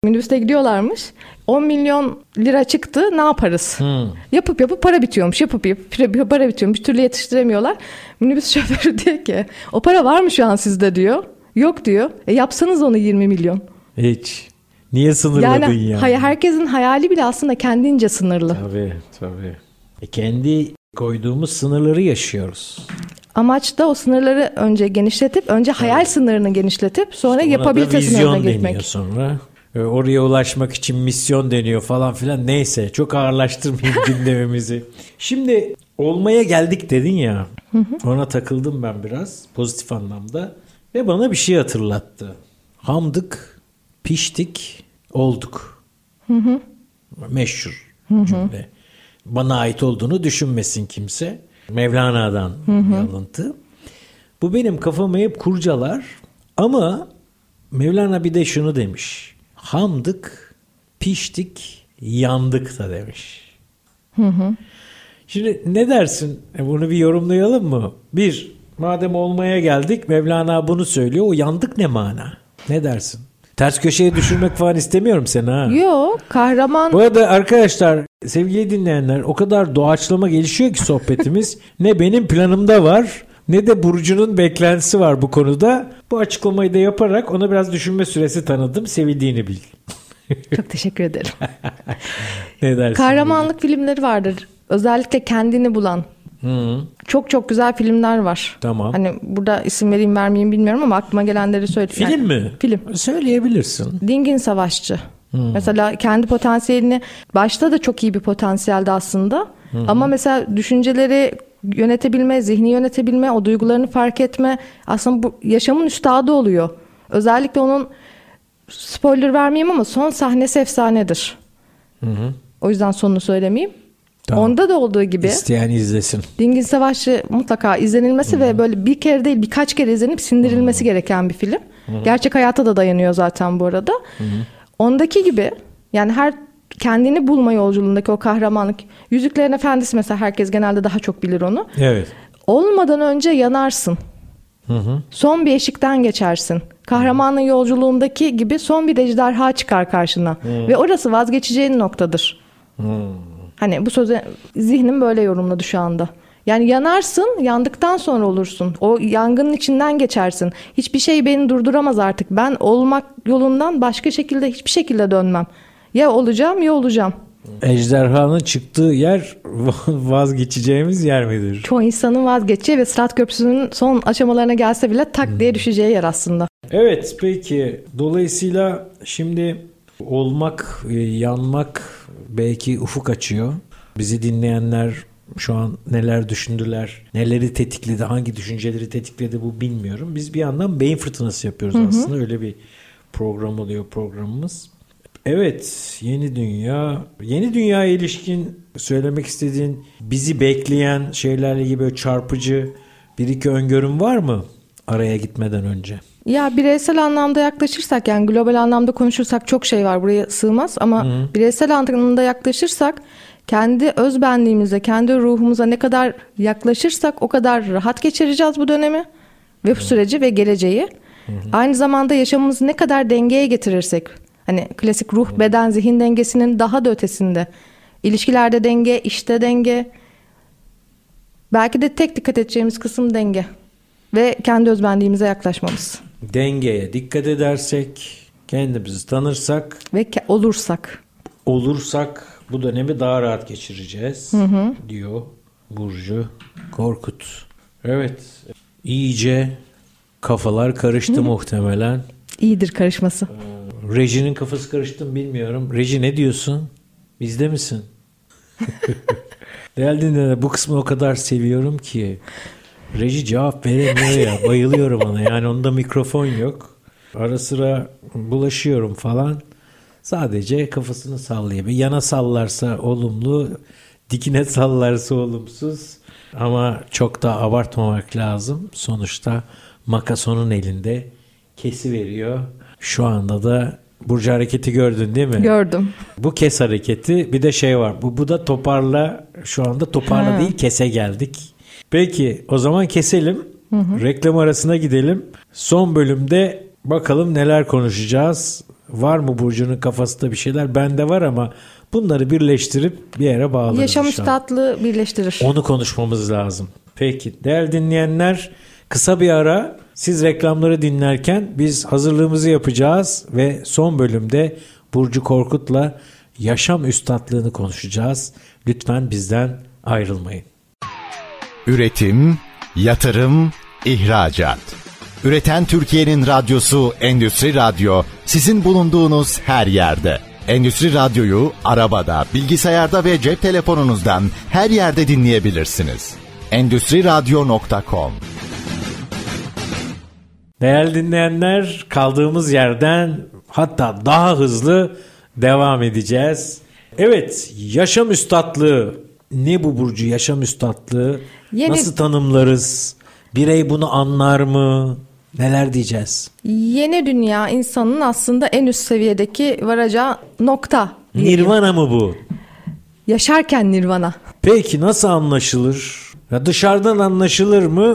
Minibüste gidiyorlarmış. on milyon lira çıktı, ne yaparız? Hmm. Yapıp yapıp para bitiyormuş. Yapıp yapıp para bitiyormuş. Bir türlü yetiştiremiyorlar. Minibüs şoförü diyor ki o para var mı şu an sizde diyor. Yok diyor. E yapsanız onu yirmi milyon. Hiç. Niye sınırladın yani? Yani hay- herkesin hayali bile aslında kendince sınırlı. Tabii tabii. E kendi koyduğumuz sınırları yaşıyoruz. Amaç da o sınırları önce genişletip, önce hayal evet. sınırını genişletip sonra, sonra yapabilite sınırına gitmek. Sonra oraya ulaşmak için misyon deniyor falan filan. Neyse, çok ağırlaştırmayayım gündemimizi. Şimdi olmaya geldik dedin ya. Hı hı. Ona takıldım ben biraz pozitif anlamda ve bana bir şey hatırlattı. Hamdık, piştik, olduk. Hı hı. Meşhur hı hı. cümle. Bana ait olduğunu düşünmesin kimse. Mevlana'dan hı hı. bir alıntı. Bu benim kafamı hep kurcalar ama Mevlana bir de şunu demiş. Hamdık, piştik, yandık da demiş. Hı hı. Şimdi ne dersin? Bunu bir yorumlayalım mı? Bir, madem olmaya geldik, Mevlana bunu söylüyor. O yandık ne mana? Ne dersin? Ters köşeye düşürmek falan istemiyorum seni ha. Yok, kahraman. Bu arada arkadaşlar, sevgili dinleyenler, o kadar doğaçlama gelişiyor ki sohbetimiz. Ne benim planımda var, ne de Burcu'nun beklentisi var bu konuda. Bu açıklamayı da yaparak ona biraz düşünme süresi tanıdım. Sevildiğini bil. Çok teşekkür ederim. Ne dersin? Kahramanlık filmleri vardır. Özellikle kendini bulan. Hı. Çok çok güzel filmler var. Tamam. Hani burada isim vereyim vermeyeyim bilmiyorum ama aklıma gelenleri söyleyeyim. Film yani, mi? Film. Söyleyebilirsin. Dingin Savaşçı. Hı. Mesela kendi potansiyelini, başta da çok iyi bir potansiyeldi aslında. Hı. Ama mesela düşünceleri yönetebilme, zihni yönetebilme, o duygularını fark etme aslında bu yaşamın üstadı oluyor. Özellikle onun, spoiler vermeyeyim ama son sahnesi efsanedir. Hı hı. O yüzden sonunu söylemeyeyim. Tamam. Onda da olduğu gibi. İsteyen izlesin. Dingin Savaşı mutlaka izlenilmesi Hı-hı. ve böyle bir kere değil birkaç kere izlenip sindirilmesi Hı-hı. gereken bir film. Hı-hı. Gerçek hayata da dayanıyor zaten bu arada. Hı-hı. Ondaki gibi yani her kendini bulma yolculuğundaki o kahramanlık. Yüzüklerin Efendisi mesela, herkes genelde daha çok bilir onu. Evet. Olmadan önce yanarsın. Hı hı. Son bir eşikten geçersin. Kahramanın yolculuğundaki gibi son bir ejderha çıkar karşına. Hı. Ve orası vazgeçeceğin noktadır. Hı. Hani bu söze zihnim böyle yorumladı şu anda. Yani yanarsın, yandıktan sonra olursun. O yangının içinden geçersin. Hiçbir şey beni durduramaz artık. Ben olmak yolundan başka şekilde hiçbir şekilde dönmem. Ya olacağım ya olacağım. Ejderhanın çıktığı yer vazgeçeceğimiz yer midir? Çoğu insanın vazgeçeceği ve Sırat Köprüsü'nün son aşamalarına gelse bile tak hmm. diye düşeceği yer aslında. Evet, peki. Dolayısıyla şimdi olmak, yanmak belki ufuk açıyor. Bizi dinleyenler şu an neler düşündüler, neleri tetikledi, hangi düşünceleri tetikledi bu bilmiyorum. Biz bir yandan beyin fırtınası yapıyoruz hı hı. aslında. Öyle bir program oluyor programımız. Evet, yeni dünya, yeni dünyaya ilişkin söylemek istediğin, bizi bekleyen şeylerle ilgili böyle çarpıcı bir iki öngörüm var mı araya gitmeden önce? Ya bireysel anlamda yaklaşırsak, yani global anlamda konuşursak çok şey var, buraya sığmaz ama Hı-hı. bireysel anlamda yaklaşırsak kendi özbenliğimize, kendi ruhumuza ne kadar yaklaşırsak o kadar rahat geçireceğiz bu dönemi ve bu süreci ve geleceği. Hı-hı. Aynı zamanda yaşamımızı ne kadar dengeye getirirsek, hani klasik ruh, beden, zihin dengesinin daha da ötesinde. İlişkilerde denge, işte denge. Belki de tek dikkat edeceğimiz kısım denge. Ve kendi özbenliğimize yaklaşmamız. Dengeye dikkat edersek, kendimizi tanırsak. Ve ke- olursak. Olursak bu dönemi daha rahat geçireceğiz. Hı hı. Diyor Burcu Korkut. Evet. İyice kafalar karıştı hı. muhtemelen. İyidir karışması. Reji'nin kafası karıştı mı bilmiyorum. Reji ne diyorsun? Bizde misin? Değerli dinleyenler, bu kısmı o kadar seviyorum ki. Reji cevap veremiyor ya. Bayılıyorum ona. Yani onda mikrofon yok. Ara sıra bulaşıyorum falan. Sadece kafasını sallayabiliyor. Yana sallarsa olumlu, dikine sallarsa olumsuz. Ama çok da abartmamak lazım. Sonuçta makas onun elinde. Kesiveriyor. Şu anda da Burcu hareketi gördün değil mi? Gördüm. Bu kes hareketi, bir de şey var. Bu, bu da toparla. Şu anda toparla ha. değil, kese geldik. Peki o zaman keselim. Hı hı. Reklam arasına gidelim. Son bölümde Bakalım neler konuşacağız. Var mı Burcu'nun kafasında bir şeyler? Bende var ama bunları birleştirip bir yere bağlarız. Yaşam üstadlığı birleştirir. Onu konuşmamız lazım. Peki değerli dinleyenler, kısa bir ara. Siz reklamları dinlerken biz hazırlığımızı yapacağız ve son bölümde Burcu Korkut'la yaşam üstadlığını konuşacağız. Lütfen bizden ayrılmayın. Üretim, yatırım, ihracat. Üreten Türkiye'nin radyosu Endüstri Radyo, sizin bulunduğunuz her yerde. Endüstri Radyo'yu arabada, bilgisayarda ve cep telefonunuzdan her yerde dinleyebilirsiniz. endüstri radyo nokta com. Değerli dinleyenler, kaldığımız yerden hatta daha hızlı devam edeceğiz. Evet, yaşam üstadlığı. Ne bu Burcu, yaşam üstadlığı? Yeni... Nasıl tanımlarız? Birey bunu anlar mı? Neler diyeceğiz? Yeni dünya insanın aslında en üst seviyedeki varacağı nokta. Nirvana mı bu? Yaşarken nirvana. Peki nasıl anlaşılır? Ya dışarıdan anlaşılır mı?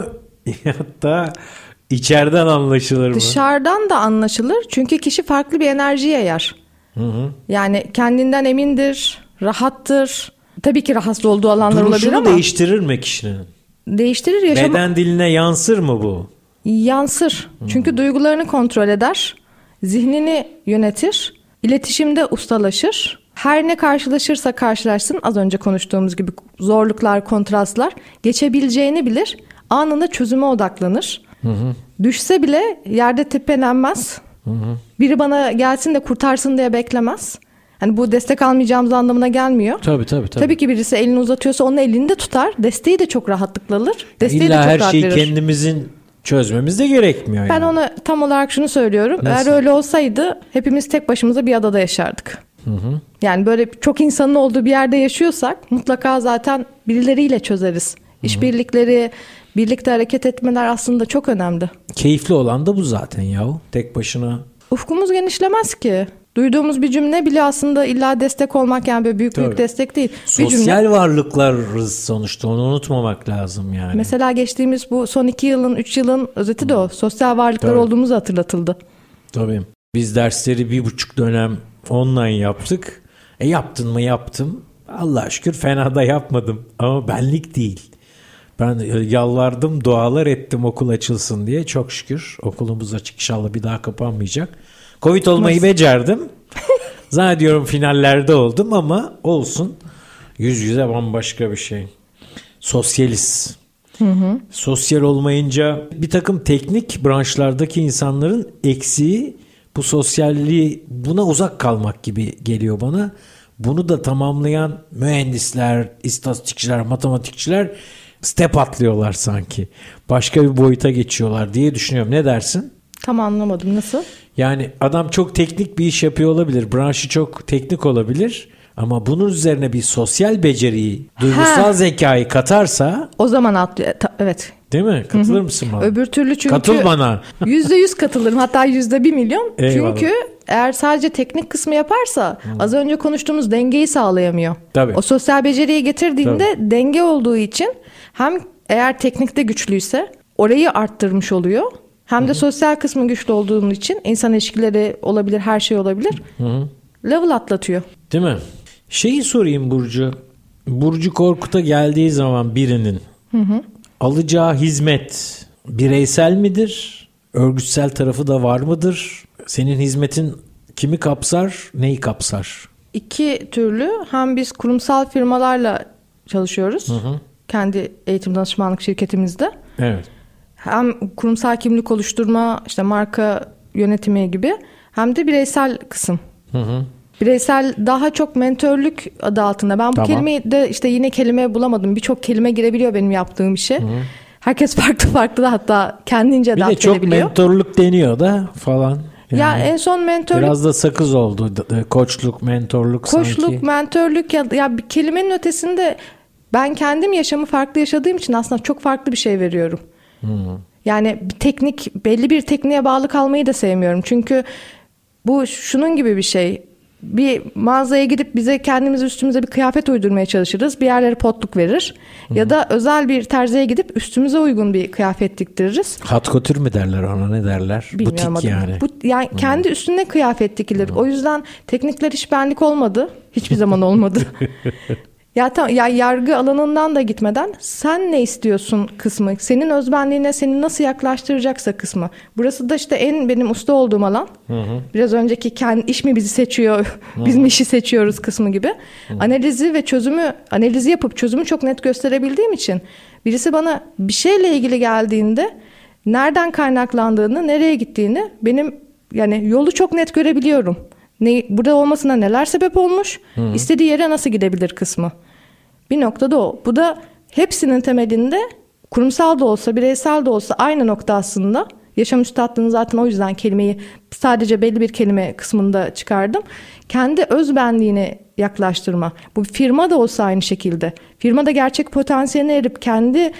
Hatta içeriden anlaşılır mı? Dışarıdan da anlaşılır. Çünkü kişi farklı bir enerji yayar. Hı hı. Yani kendinden emindir, rahattır. Tabii ki rahatsız olduğu alanlar Duruşunu olabilir ama. Duruşunu değiştirir mi kişinin? Değiştirir. Yaşam... Beden diline yansır mı bu? Yansır. Hmm. Çünkü duygularını kontrol eder. Zihnini yönetir. İletişimde ustalaşır. Her ne karşılaşırsa karşılaşsın, az önce konuştuğumuz gibi zorluklar, kontrastlar, geçebileceğini bilir. Anında çözüme odaklanır. Hı hı. Düşse bile yerde tepelenmez. Hı hı. Biri bana gelsin de kurtarsın diye beklemez. Hani bu destek almayacağımız anlamına gelmiyor. Tabii tabii. Tabii, tabii ki birisi elini uzatıyorsa onun elini de tutar. Desteği de çok rahatlıkla alır. Desteği İlla de çok her rahat şeyi verir. Kendimizin çözmemiz de gerekmiyor. Ben yani. ona tam olarak şunu söylüyorum. Nasıl? Eğer öyle olsaydı hepimiz tek başımıza bir adada yaşardık. Hı hı. Yani böyle çok insanın olduğu bir yerde yaşıyorsak mutlaka zaten birileriyle çözeriz. İşbirlikleri, birlikte hareket etmeler aslında çok önemli. Keyifli olan da bu zaten yahu. Tek başına. Ufkumuz genişlemez ki. Duyduğumuz bir cümle bile aslında illa destek olmak, yani böyle büyük Tabii. büyük destek değil. Sosyal bir cümle... varlıklarız sonuçta, onu unutmamak lazım yani. Mesela geçtiğimiz bu son iki yılın, üç yılın özeti de o. Sosyal varlıklar Tabii. olduğumuzu hatırlatıldı. Tabii. Biz dersleri bir buçuk dönem online yaptık. E yaptın mı yaptım. Allah'a şükür fena da yapmadım. Ama benlik değil. Ben yalvardım, dualar ettim okul açılsın diye. Çok şükür okulumuz açık, inşallah bir daha kapanmayacak. Covid olmayı Nasıl? becerdim. Zannediyorum finallerde oldum ama olsun. Yüz yüze bambaşka bir şey. Sosyaliz. Hı hı. Sosyal olmayınca bir takım teknik branşlardaki insanların eksiği bu sosyalliği, buna uzak kalmak gibi geliyor bana. Bunu da tamamlayan mühendisler, istatistikçiler, matematikçiler step atlıyorlar sanki. Başka bir boyuta geçiyorlar diye düşünüyorum. Ne dersin? Tam anlamadım. Nasıl? Yani adam çok teknik bir iş yapıyor olabilir. Branşı çok teknik olabilir. Ama bunun üzerine bir sosyal beceriyi, duygusal ha. zekayı katarsa... O zaman atlıyor. Ta- evet. Değil mi? Katılır Hı-hı. mısın bana? Öbür türlü çünkü... Katıl bana. Yüzde yüz katılırım. Hatta yüzde bir milyon. Eyvallah. Çünkü eğer sadece teknik kısmı yaparsa Hı. az önce konuştuğumuz dengeyi sağlayamıyor. Tabii. O sosyal beceriyi getirdiğinde Tabii. denge olduğu için hem eğer teknikte güçlüyse orayı arttırmış oluyor. Hem de Hı-hı. sosyal kısmı güçlü olduğu için insan ilişkileri olabilir, her şey olabilir. Hı-hı. Level atlatıyor. Değil mi? Şeyi sorayım Burcu. Burcu Korkut'a geldiği zaman birinin hı hı. alacağı hizmet bireysel midir? Örgütsel tarafı da var mıdır? Senin hizmetin kimi kapsar, neyi kapsar? İki türlü. Hem biz kurumsal firmalarla çalışıyoruz. Hı hı. Kendi eğitim danışmanlık şirketimizde. Evet. Hem kurumsal kimlik oluşturma, işte marka yönetimi gibi, hem de bireysel kısım. Hı hı. Bireysel daha çok mentörlük adı altında. Ben bu tamam. kelimeyi de işte yine kelime bulamadım. Birçok kelime girebiliyor benim yaptığım işe. Hı hı. Herkes farklı farklı da hatta kendince adapte edebiliyor. Bir de çok mentörlük deniyor da falan. Yani ya en son mentörlük... Biraz da sakız oldu. Koçluk, mentorluk Koçluk, sanki. Koçluk, mentörlük ya, ya bir kelimenin ötesinde ben kendim yaşamı farklı yaşadığım için aslında çok farklı bir şey veriyorum. Hı. Yani bir teknik, belli bir tekniğe bağlı kalmayı da sevmiyorum. Çünkü bu şunun gibi bir şey. bir mağazaya gidip bize kendimiz üstümüze bir kıyafet uydurmaya çalışırız. Bir yerlere potluk verir. Hı-hı. Ya da özel bir terziye gidip üstümüze uygun bir kıyafet diktiririz. Hat couture mi derler ona, ne derler? Bilmiyorum butik adını. yani. Bu, yani kendi üstüne kıyafet dikilir. Hı-hı. O yüzden teknikler hiç benlik olmadı. Hiçbir zaman olmadı. Ya tam ya yargı alanından da gitmeden sen ne istiyorsun kısmı, senin özbenliğine seni nasıl yaklaştıracaksa kısmı. Burası da işte en benim usta olduğum alan. Hı hı. Biraz önceki kendi iş mi bizi seçiyor, biz mi işi seçiyoruz kısmı gibi. Hı. Analizi ve çözümü, analizi yapıp çözümü çok net gösterebildiğim için birisi bana bir şeyle ilgili geldiğinde nereden kaynaklandığını, nereye gittiğini benim yani yolu çok net görebiliyorum. Ne, burada olmasına neler sebep olmuş, hı hı. istediği yere nasıl gidebilir kısmı. Bir noktada o. Bu da hepsinin temelinde kurumsal da olsa, bireysel de olsa aynı nokta aslında. Yaşam üstadlığını zaten o yüzden kelimeyi sadece belli bir kelime kısmında çıkardım. Kendi özbenliğine yaklaştırma. Bu firma da olsa aynı şekilde. Firma da gerçek potansiyeline erip kendi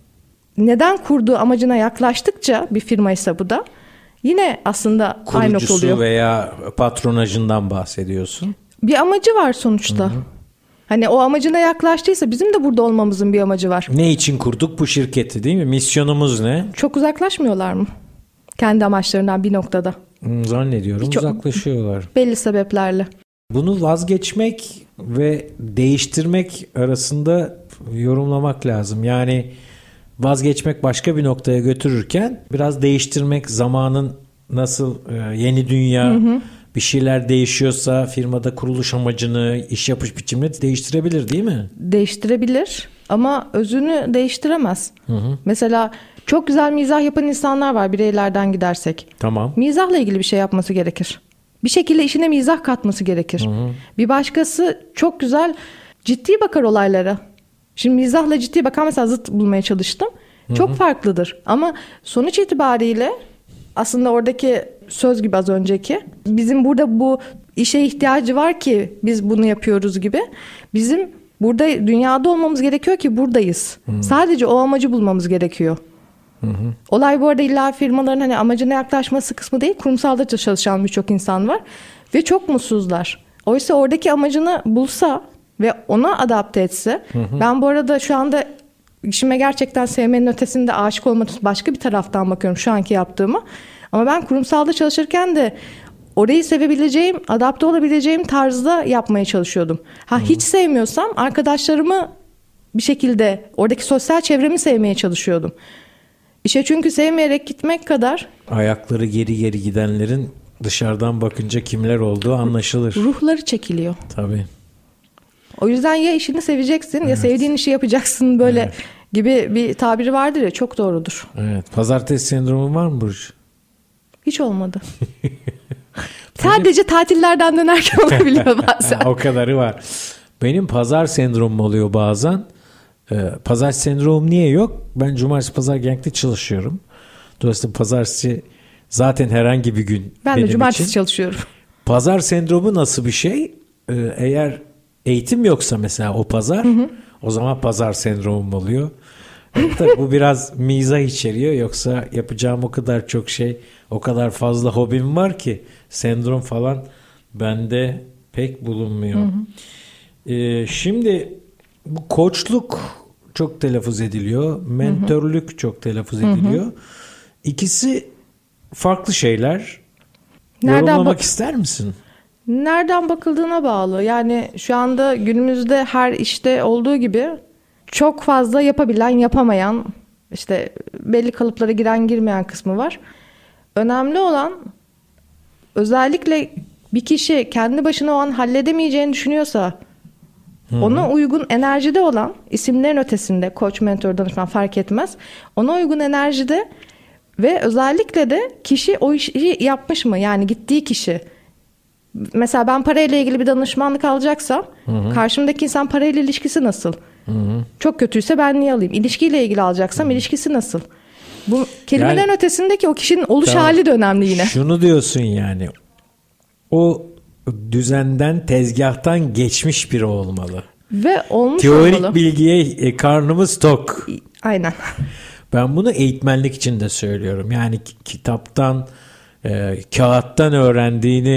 neden kurduğu amacına yaklaştıkça bir firmaysa bu da yine aslında aynı nokta oluyor. Kurucusu veya patronajından bahsediyorsun. Bir amacı var sonuçta. Hı hı. Hani o amacına yaklaştıysa bizim de burada olmamızın bir amacı var. Ne için kurduk bu şirketi, değil mi? Misyonumuz ne? Çok uzaklaşmıyorlar mı? Kendi amaçlarından bir noktada. Zannediyorum Hiç uzaklaşıyorlar. Belli sebeplerle. Bunu vazgeçmek ve değiştirmek arasında yorumlamak lazım. Yani vazgeçmek başka bir noktaya götürürken biraz değiştirmek, zamanın nasıl yeni dünya, hı hı. bir şeyler değişiyorsa firmada kuruluş amacını, iş yapış biçimini değiştirebilir, değil mi? Değiştirebilir ama özünü değiştiremez. Hı hı. Mesela çok güzel mizah yapan insanlar var bireylerden gidersek. Tamam. Mizahla ilgili bir şey yapması gerekir. Bir şekilde işine mizah katması gerekir. Hı hı. Bir başkası çok güzel ciddi bakar olaylara. Şimdi mizahla ciddi bakan mesela zıt bulmaya çalıştım. Çok hı hı. farklıdır ama sonuç itibariyle aslında oradaki söz gibi az önceki bizim burada bu işe ihtiyacı var ki biz bunu yapıyoruz gibi. Bizim burada dünyada olmamız gerekiyor ki buradayız. Hı. Sadece o amacı bulmamız gerekiyor. Hı hı. Olay bu arada illa firmaların hani amacına yaklaşması kısmı değil. Kurumsalda çalışan birçok insan var ve çok mutsuzlar. Oysa oradaki amacını bulsa ve ona adapte etse. Hı hı. Ben bu arada şu anda işime gerçekten sevmenin ötesinde aşık olmak başka bir taraftan bakıyorum şu anki yaptığımı. Ama ben kurumsalda çalışırken de orayı sevebileceğim, adapte olabileceğim tarzda yapmaya çalışıyordum. Ha, hiç sevmiyorsam arkadaşlarımı bir şekilde oradaki sosyal çevremi sevmeye çalışıyordum. İşe çünkü sevmeyerek gitmek kadar... Ayakları geri geri gidenlerin dışarıdan bakınca kimler olduğu anlaşılır. Ruhları çekiliyor. Tabii. O yüzden ya işini seveceksin evet. ya sevdiğin işi yapacaksın böyle evet. gibi bir tabiri vardır ya, çok doğrudur. Evet. Pazartesi sendromu var mı Burcu? Hiç olmadı. Sadece tatillerden dönerken olabiliyor bazen. O kadarı var. Benim pazar sendromum oluyor bazen. Ee, pazar sendromum niye yok? Ben cumartesi pazar genellikle çalışıyorum. Dolayısıyla pazartesi zaten herhangi bir gün ben benim de cumartesi için. çalışıyorum. Pazar sendromu nasıl bir şey? Ee, eğer eğitim yoksa mesela o pazar, hı hı. o zaman pazar sendromum oluyor. Tabii bu biraz mizah içeriyor, yoksa yapacağım o kadar çok şey, o kadar fazla hobim var ki sendrom falan bende pek bulunmuyor. Hı hı. Ee, şimdi bu koçluk çok telaffuz ediliyor, mentörlük hı hı. çok telaffuz ediliyor. Hı hı. İkisi farklı şeyler. Nereden Yorumlamak bak- ister misin? Nereden bakıldığına bağlı. Yani şu anda günümüzde her işte olduğu gibi çok fazla yapabilen, yapamayan, işte belli kalıplara giren, girmeyen kısmı var. Önemli olan özellikle bir kişi kendi başına o an halledemeyeceğini düşünüyorsa Hı-hı. ona uygun enerjide olan, isimlerin ötesinde koç, mentor, danışman fark etmez. Ona uygun enerjide ve özellikle de kişi o işi yapmış mı? Yani gittiği kişi. Mesela ben parayla ilgili bir danışmanlık alacaksam Hı-hı. karşımdaki insan parayla ilişkisi nasıl? Hı-hı. Çok kötüyse ben niye alayım? İlişkiyle ilgili alacaksam Hı-hı. ilişkisi nasıl? Bu kelimelerin yani, ötesindeki o kişinin oluş tamam. hali de önemli yine. Şunu diyorsun yani, o düzenden, tezgahtan geçmiş biri olmalı. Ve olmuş Teorik olmalı. bilgiye e, karnımız tok. Aynen. Ben bunu eğitmenlik için de söylüyorum. Yani kitaptan, e, kağıttan öğrendiğini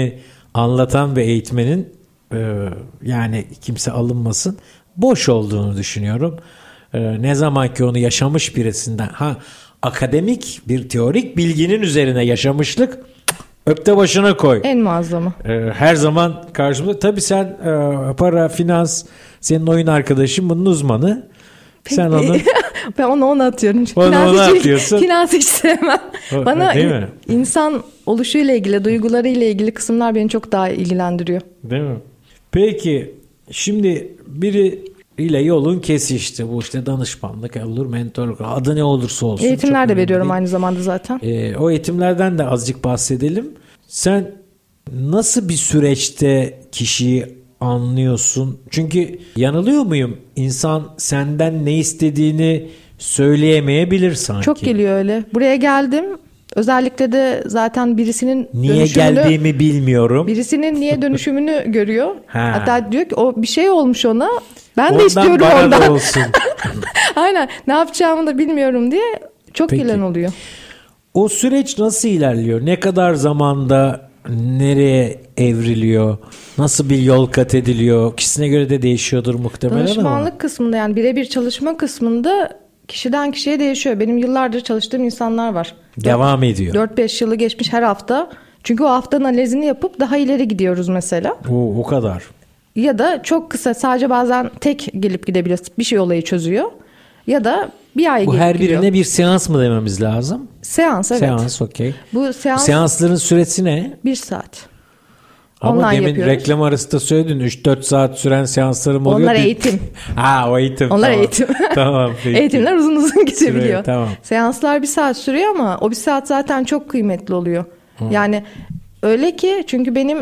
anlatan bir eğitmenin e, yani kimse alınmasın boş olduğunu düşünüyorum. E, ne zaman ki onu yaşamış birisinden ha akademik bir teorik bilginin üzerine yaşamışlık öpte başına koy. En muazzamı. E, her zaman karşımda. Tabii sen e, para, finans, senin oyun arkadaşın bunun uzmanı. Peki. Sen onu ben onu ona atıyorum. Onu finans ona hiç, atıyorsun. Finans hiç sevmem. O, Bana değil mi? insan oluşuyla ilgili, duygularıyla ilgili kısımlar beni çok daha ilgilendiriyor. Değil mi? Peki şimdi biriyle yolun kesişti. Bu işte danışmanlık olur, mentorluk, adı ne olursa olsun. Eğitimler de veriyorum değil. aynı zamanda zaten. Ee, o eğitimlerden de azıcık bahsedelim. Sen nasıl bir süreçte kişiyi anlıyorsun? Çünkü yanılıyor muyum? İnsan senden ne istediğini söyleyemeyebilir sanki. Çok geliyor öyle. Buraya geldim. Özellikle de zaten birisinin niye dönüşümünü, geldiğimi bilmiyorum. Birisinin niye dönüşümünü görüyor. Ha. Hatta diyor ki o bir şey olmuş ona. Ben ondan de istiyorum bana ondan. da olsun. Aynen. Ne yapacağımı da bilmiyorum diye çok Peki. gelen oluyor. O süreç nasıl ilerliyor? Ne kadar zamanda nereye evriliyor? Nasıl bir yol kat ediliyor? Kişisine göre de değişiyordur muhtemelen Danışmanlık ama. kısmında yani birebir çalışma kısmında kişiden kişiye değişiyor. Benim yıllardır çalıştığım insanlar var. Devam ediyor. dört beş yılı geçmiş her hafta. Çünkü o hafta analizini yapıp daha ileri gidiyoruz mesela. O, o kadar. Ya da çok kısa sadece bazen tek gelip gidebiliyor. Bir şey olayı çözüyor. Ya da bir ay Bu gelip her gidiyor. birine bir seans mı dememiz lazım? Seans evet. Seans okey. Bu seans Seansların süresi ne? bir saat. Ama Online demin yapıyoruz. reklam arası da söyledin üç dört saat süren seanslarım oluyor. Onlar Bir- eğitim. ha o eğitim. Onlar tamam. eğitim. Tamam. Peki. Eğitimler uzun uzun gidebiliyor. Sürüyor, tamam. Seanslar bir saat sürüyor ama o bir saat zaten çok kıymetli oluyor. Hı. Yani öyle ki çünkü benim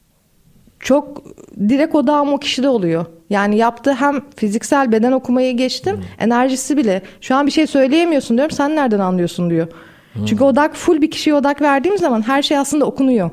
çok direkt odağım o kişide oluyor. Yani yaptığı hem fiziksel beden okumayı geçtim, Hı. enerjisi bile. Şu an bir şey söyleyemiyorsun diyorum. Sen nereden anlıyorsun diyor. Hı. Çünkü odak full bir kişiye odak verdiğim zaman her şey aslında okunuyor.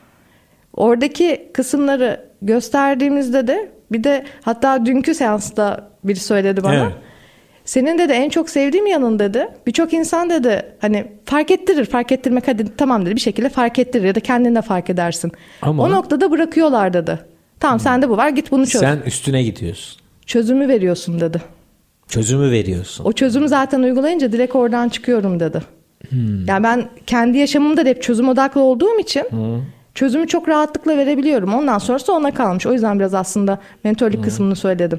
Oradaki kısımları gösterdiğimizde de bir de hatta dünkü seansta biri söyledi bana. Evet. Senin dedi en çok sevdiğim yanın dedi. Birçok insan dedi hani fark ettirir, fark ettirmek hadi tamam dedi bir şekilde fark ettirir ya da kendin de fark edersin. Ama- O noktada bırakıyorlar dedi. Tamam sende bu var git bunu çöz. Sen üstüne gidiyorsun. Çözümü veriyorsun dedi. Çözümü veriyorsun. O çözümü zaten uygulayınca direkt oradan çıkıyorum dedi. Hmm. Yani ben kendi yaşamımda da hep çözüm odaklı olduğum için Hmm. çözümü çok rahatlıkla verebiliyorum. Ondan sonrası ona kalmış. O yüzden biraz aslında mentörlük kısmını söyledim.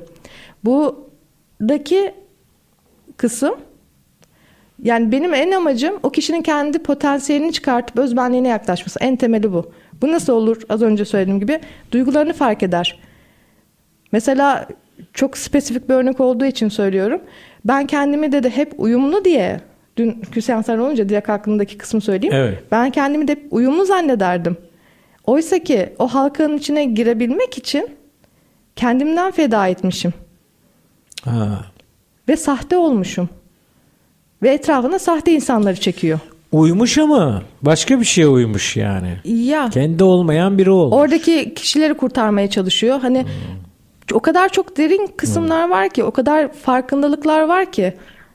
Buradaki kısım yani benim en amacım o kişinin kendi potansiyelini çıkartıp özbenliğine yaklaşması. En temeli bu. Bu nasıl olur? Az önce söylediğim gibi duygularını fark eder. Mesela çok spesifik bir örnek olduğu için söylüyorum. Ben kendimi de, de hep uyumlu diye dün seanslar olunca direkt aklımdaki kısmı söyleyeyim. Evet. Ben kendimi de hep uyumlu zannederdim. Oysa ki o halkanın içine girebilmek için kendimden feda etmişim. Ha. Ve sahte olmuşum. Ve etrafına sahte insanları çekiyor. Uymuş ama başka bir şeye uymuş yani. Ya Kendi olmayan biri olmuş. oradaki kişileri kurtarmaya çalışıyor. Hani hmm. o kadar çok derin kısımlar hmm. var ki, o kadar farkındalıklar var ki.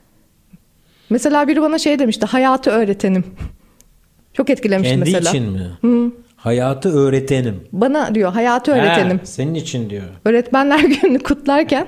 Mesela biri bana şey demişti, hayatı öğretenim. Çok etkilemiş Kendi mesela. için mi? Hı. Hayatı öğretenim. Bana diyor hayatı öğretenim. Ha, senin için diyor. Öğretmenler Günü'nü kutlarken.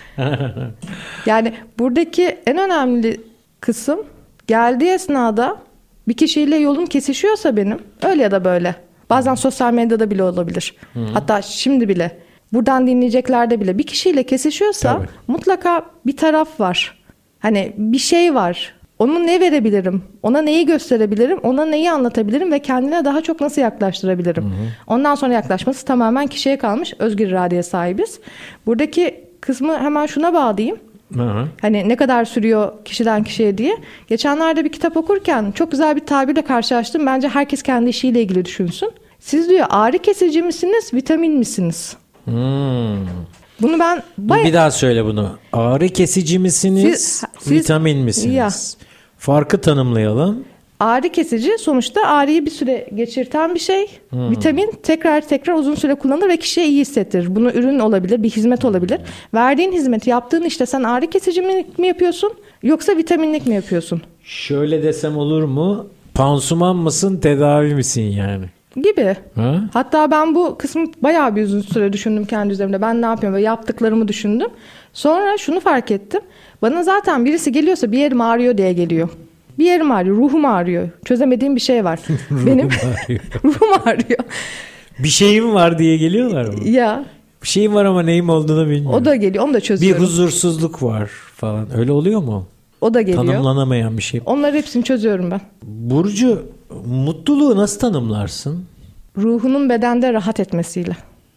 Yani buradaki en önemli kısım geldiği esnada bir kişiyle yolum kesişiyorsa benim öyle ya da böyle. Bazen sosyal medyada bile olabilir. Hı. Hatta şimdi bile buradan dinleyeceklerde bile bir kişiyle kesişiyorsa Tabii. mutlaka bir taraf var. Hani bir şey var. Ona ne verebilirim? Ona neyi gösterebilirim? Ona neyi anlatabilirim? Ve kendine daha çok nasıl yaklaştırabilirim? Hı hı. Ondan sonra yaklaşması tamamen kişiye kalmış. Özgür iradeye sahibiz. Buradaki kısmı hemen şuna bağlayayım. Hı hı. Hani ne kadar sürüyor kişiden kişiye diye. Geçenlerde bir kitap okurken çok güzel bir tabirle karşılaştım. Bence herkes kendi işiyle ilgili düşünsün. Siz diyor ağrı kesici misiniz, vitamin misiniz? Hmm. Bunu ben bayağı... Bir daha söyle bunu. Ağrı kesici misiniz, siz, siz, vitamin misiniz? Ya. Farkı tanımlayalım. Ağrı kesici sonuçta ağrıyı bir süre geçirten bir şey. Hmm. Vitamin tekrar tekrar uzun süre kullanılır ve kişiye iyi hissettirir. Bunu ürün olabilir, bir hizmet olabilir. Hmm. Verdiğin hizmeti yaptığın işte sen ağrı kesici mi yapıyorsun yoksa vitaminlik mi yapıyorsun? Şöyle desem olur mu? Pansuman mısın, tedavi misin yani? Gibi. Ha? Hatta ben bu kısmı bayağı bir uzun süre düşündüm kendi üzerimde. Ben ne yapıyorum ve yaptıklarımı düşündüm. Sonra şunu fark ettim. Bana zaten birisi geliyorsa bir yerim ağrıyor diye geliyor. Bir yerim ağrıyor, ruhum ağrıyor. Çözemediğim bir şey var. Benim ruhum ağrıyor. Bir şeyim var diye geliyorlar mı? Ya. Bir şeyim var ama neyim olduğunu bilmiyorum. O da geliyor, onu da çözüyorum. Bir huzursuzluk var falan. Öyle oluyor mu? O da geliyor. Tanımlanamayan bir şey. Onları hepsini çözüyorum ben. Burcu, mutluluğu nasıl tanımlarsın? Ruhunun bedende rahat etmesiyle.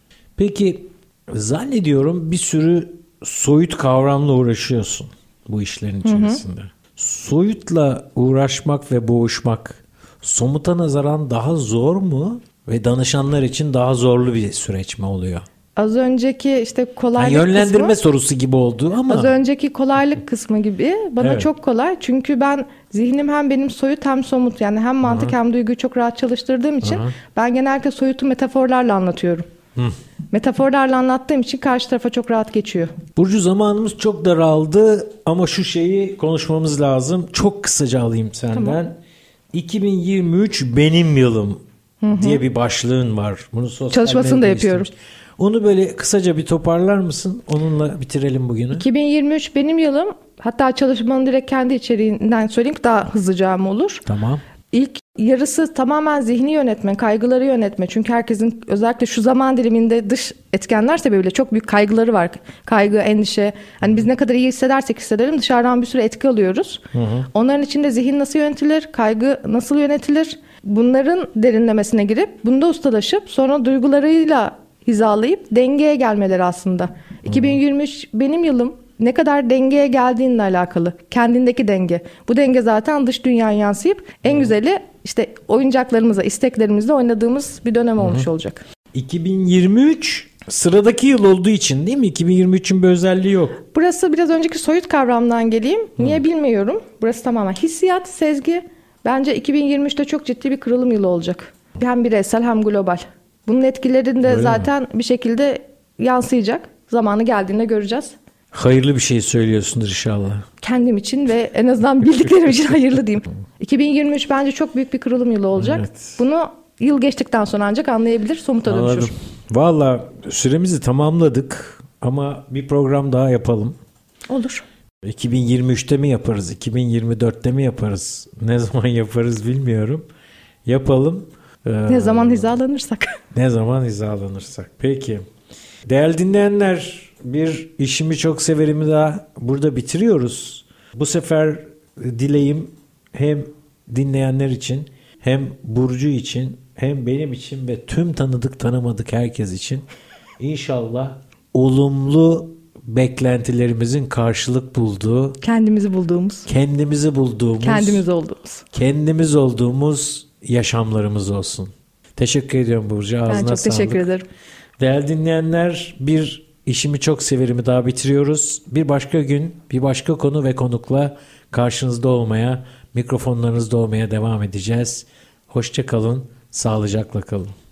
Peki zannediyorum bir sürü soyut kavramla uğraşıyorsun bu işlerin içerisinde. Hı hı. Soyutla uğraşmak ve boğuşmak somuta nazaran daha zor mu ve danışanlar için daha zorlu bir süreç mi oluyor? Az önceki işte kolaylık yani yönlendirme kısmı, sorusu gibi oldu ama. Az önceki kolaylık kısmı gibi bana evet. çok kolay. Çünkü ben zihnim hem benim soyut hem somut, yani hem mantık Aha. hem duyguyu çok rahat çalıştırdığım için Aha. ben genellikle soyutu metaforlarla anlatıyorum. Hı. Metaforlarla anlattığım için karşı tarafa çok rahat geçiyor. Burcu, zamanımız çok daraldı ama şu şeyi konuşmamız lazım. Çok kısaca alayım senden. Tamam. iki bin yirmi üç benim yılım hı hı. diye bir başlığın var. Bunu sosyal çalışmasını da yapıyorum. Istemiş. Onu böyle kısaca bir toparlar mısın? Onunla bitirelim bugünü. iki bin yirmi üç benim yılım. Hatta çalışmanın direkt kendi içeriğinden söyleyeyim, daha hızlıca mı olur? Tamam. İlk yarısı tamamen zihni yönetme, kaygıları yönetme. Çünkü herkesin özellikle şu zaman diliminde dış etkenler sebebiyle çok büyük kaygıları var. Kaygı, endişe. Hani biz ne kadar iyi hissedersek hissedelim dışarıdan bir sürü etki alıyoruz. Hı hı. Onların içinde zihin nasıl yönetilir, kaygı nasıl yönetilir? Bunların derinlemesine girip bunda ustalaşıp sonra duygularıyla hizalayıp dengeye gelmeleri aslında. Hı. iki bin yirmi üç benim yılım. Ne kadar dengeye geldiğinle alakalı. Kendindeki denge. Bu denge zaten dış dünyaya yansıyıp en güzeli işte oyuncaklarımızla, isteklerimizle oynadığımız bir dönem olmuş Hı-hı. olacak. iki bin yirmi üç sıradaki yıl olduğu için değil mi? iki bin yirmi üçün bir özelliği yok. Burası biraz önceki soyut kavramdan geleyim. Niye Hı. bilmiyorum. Burası tamamen hissiyat, sezgi. Bence iki bin yirmi üçte çok ciddi bir kırılım yılı olacak. Hem bireysel hem global. Bunun etkilerini de Öyle zaten mi? bir şekilde yansıyacak. Zamanı geldiğinde göreceğiz. Hayırlı bir şey söylüyorsundur inşallah. Kendim için ve en azından bildiklerim için hayırlı diyeyim. iki bin yirmi üç bence çok büyük bir kırılım yılı olacak. Evet. Bunu yıl geçtikten sonra ancak anlayabilir, somuta Anladım. dönüşür. Valla süremizi tamamladık ama bir program daha yapalım. Olur. iki bin yirmi üçte mi yaparız, iki bin yirmi dörtte mi yaparız? Ne zaman yaparız bilmiyorum. Yapalım. Ee, ne zaman hizalanırsak. Ne zaman hizalanırsak. Peki. Değerli dinleyenler, bir işimi çok severimi daha burada bitiriyoruz. Bu sefer dileğim hem dinleyenler için hem Burcu için hem benim için ve tüm tanıdık tanımadık herkes için inşallah olumlu beklentilerimizin karşılık bulduğu, kendimizi bulduğumuz, kendimizi bulduğumuz, kendimiz olduğumuz, kendimiz olduğumuz yaşamlarımız olsun. Teşekkür ediyorum Burcu. Ağzına sağlık. Ben çok teşekkür ederim. Değerli dinleyenler, bir işimi çok severimi daha bitiriyoruz. Bir başka gün, bir başka konu ve konukla karşınızda olmaya, mikrofonlarınızda olmaya devam edeceğiz. Hoşça kalın, sağlıcakla kalın.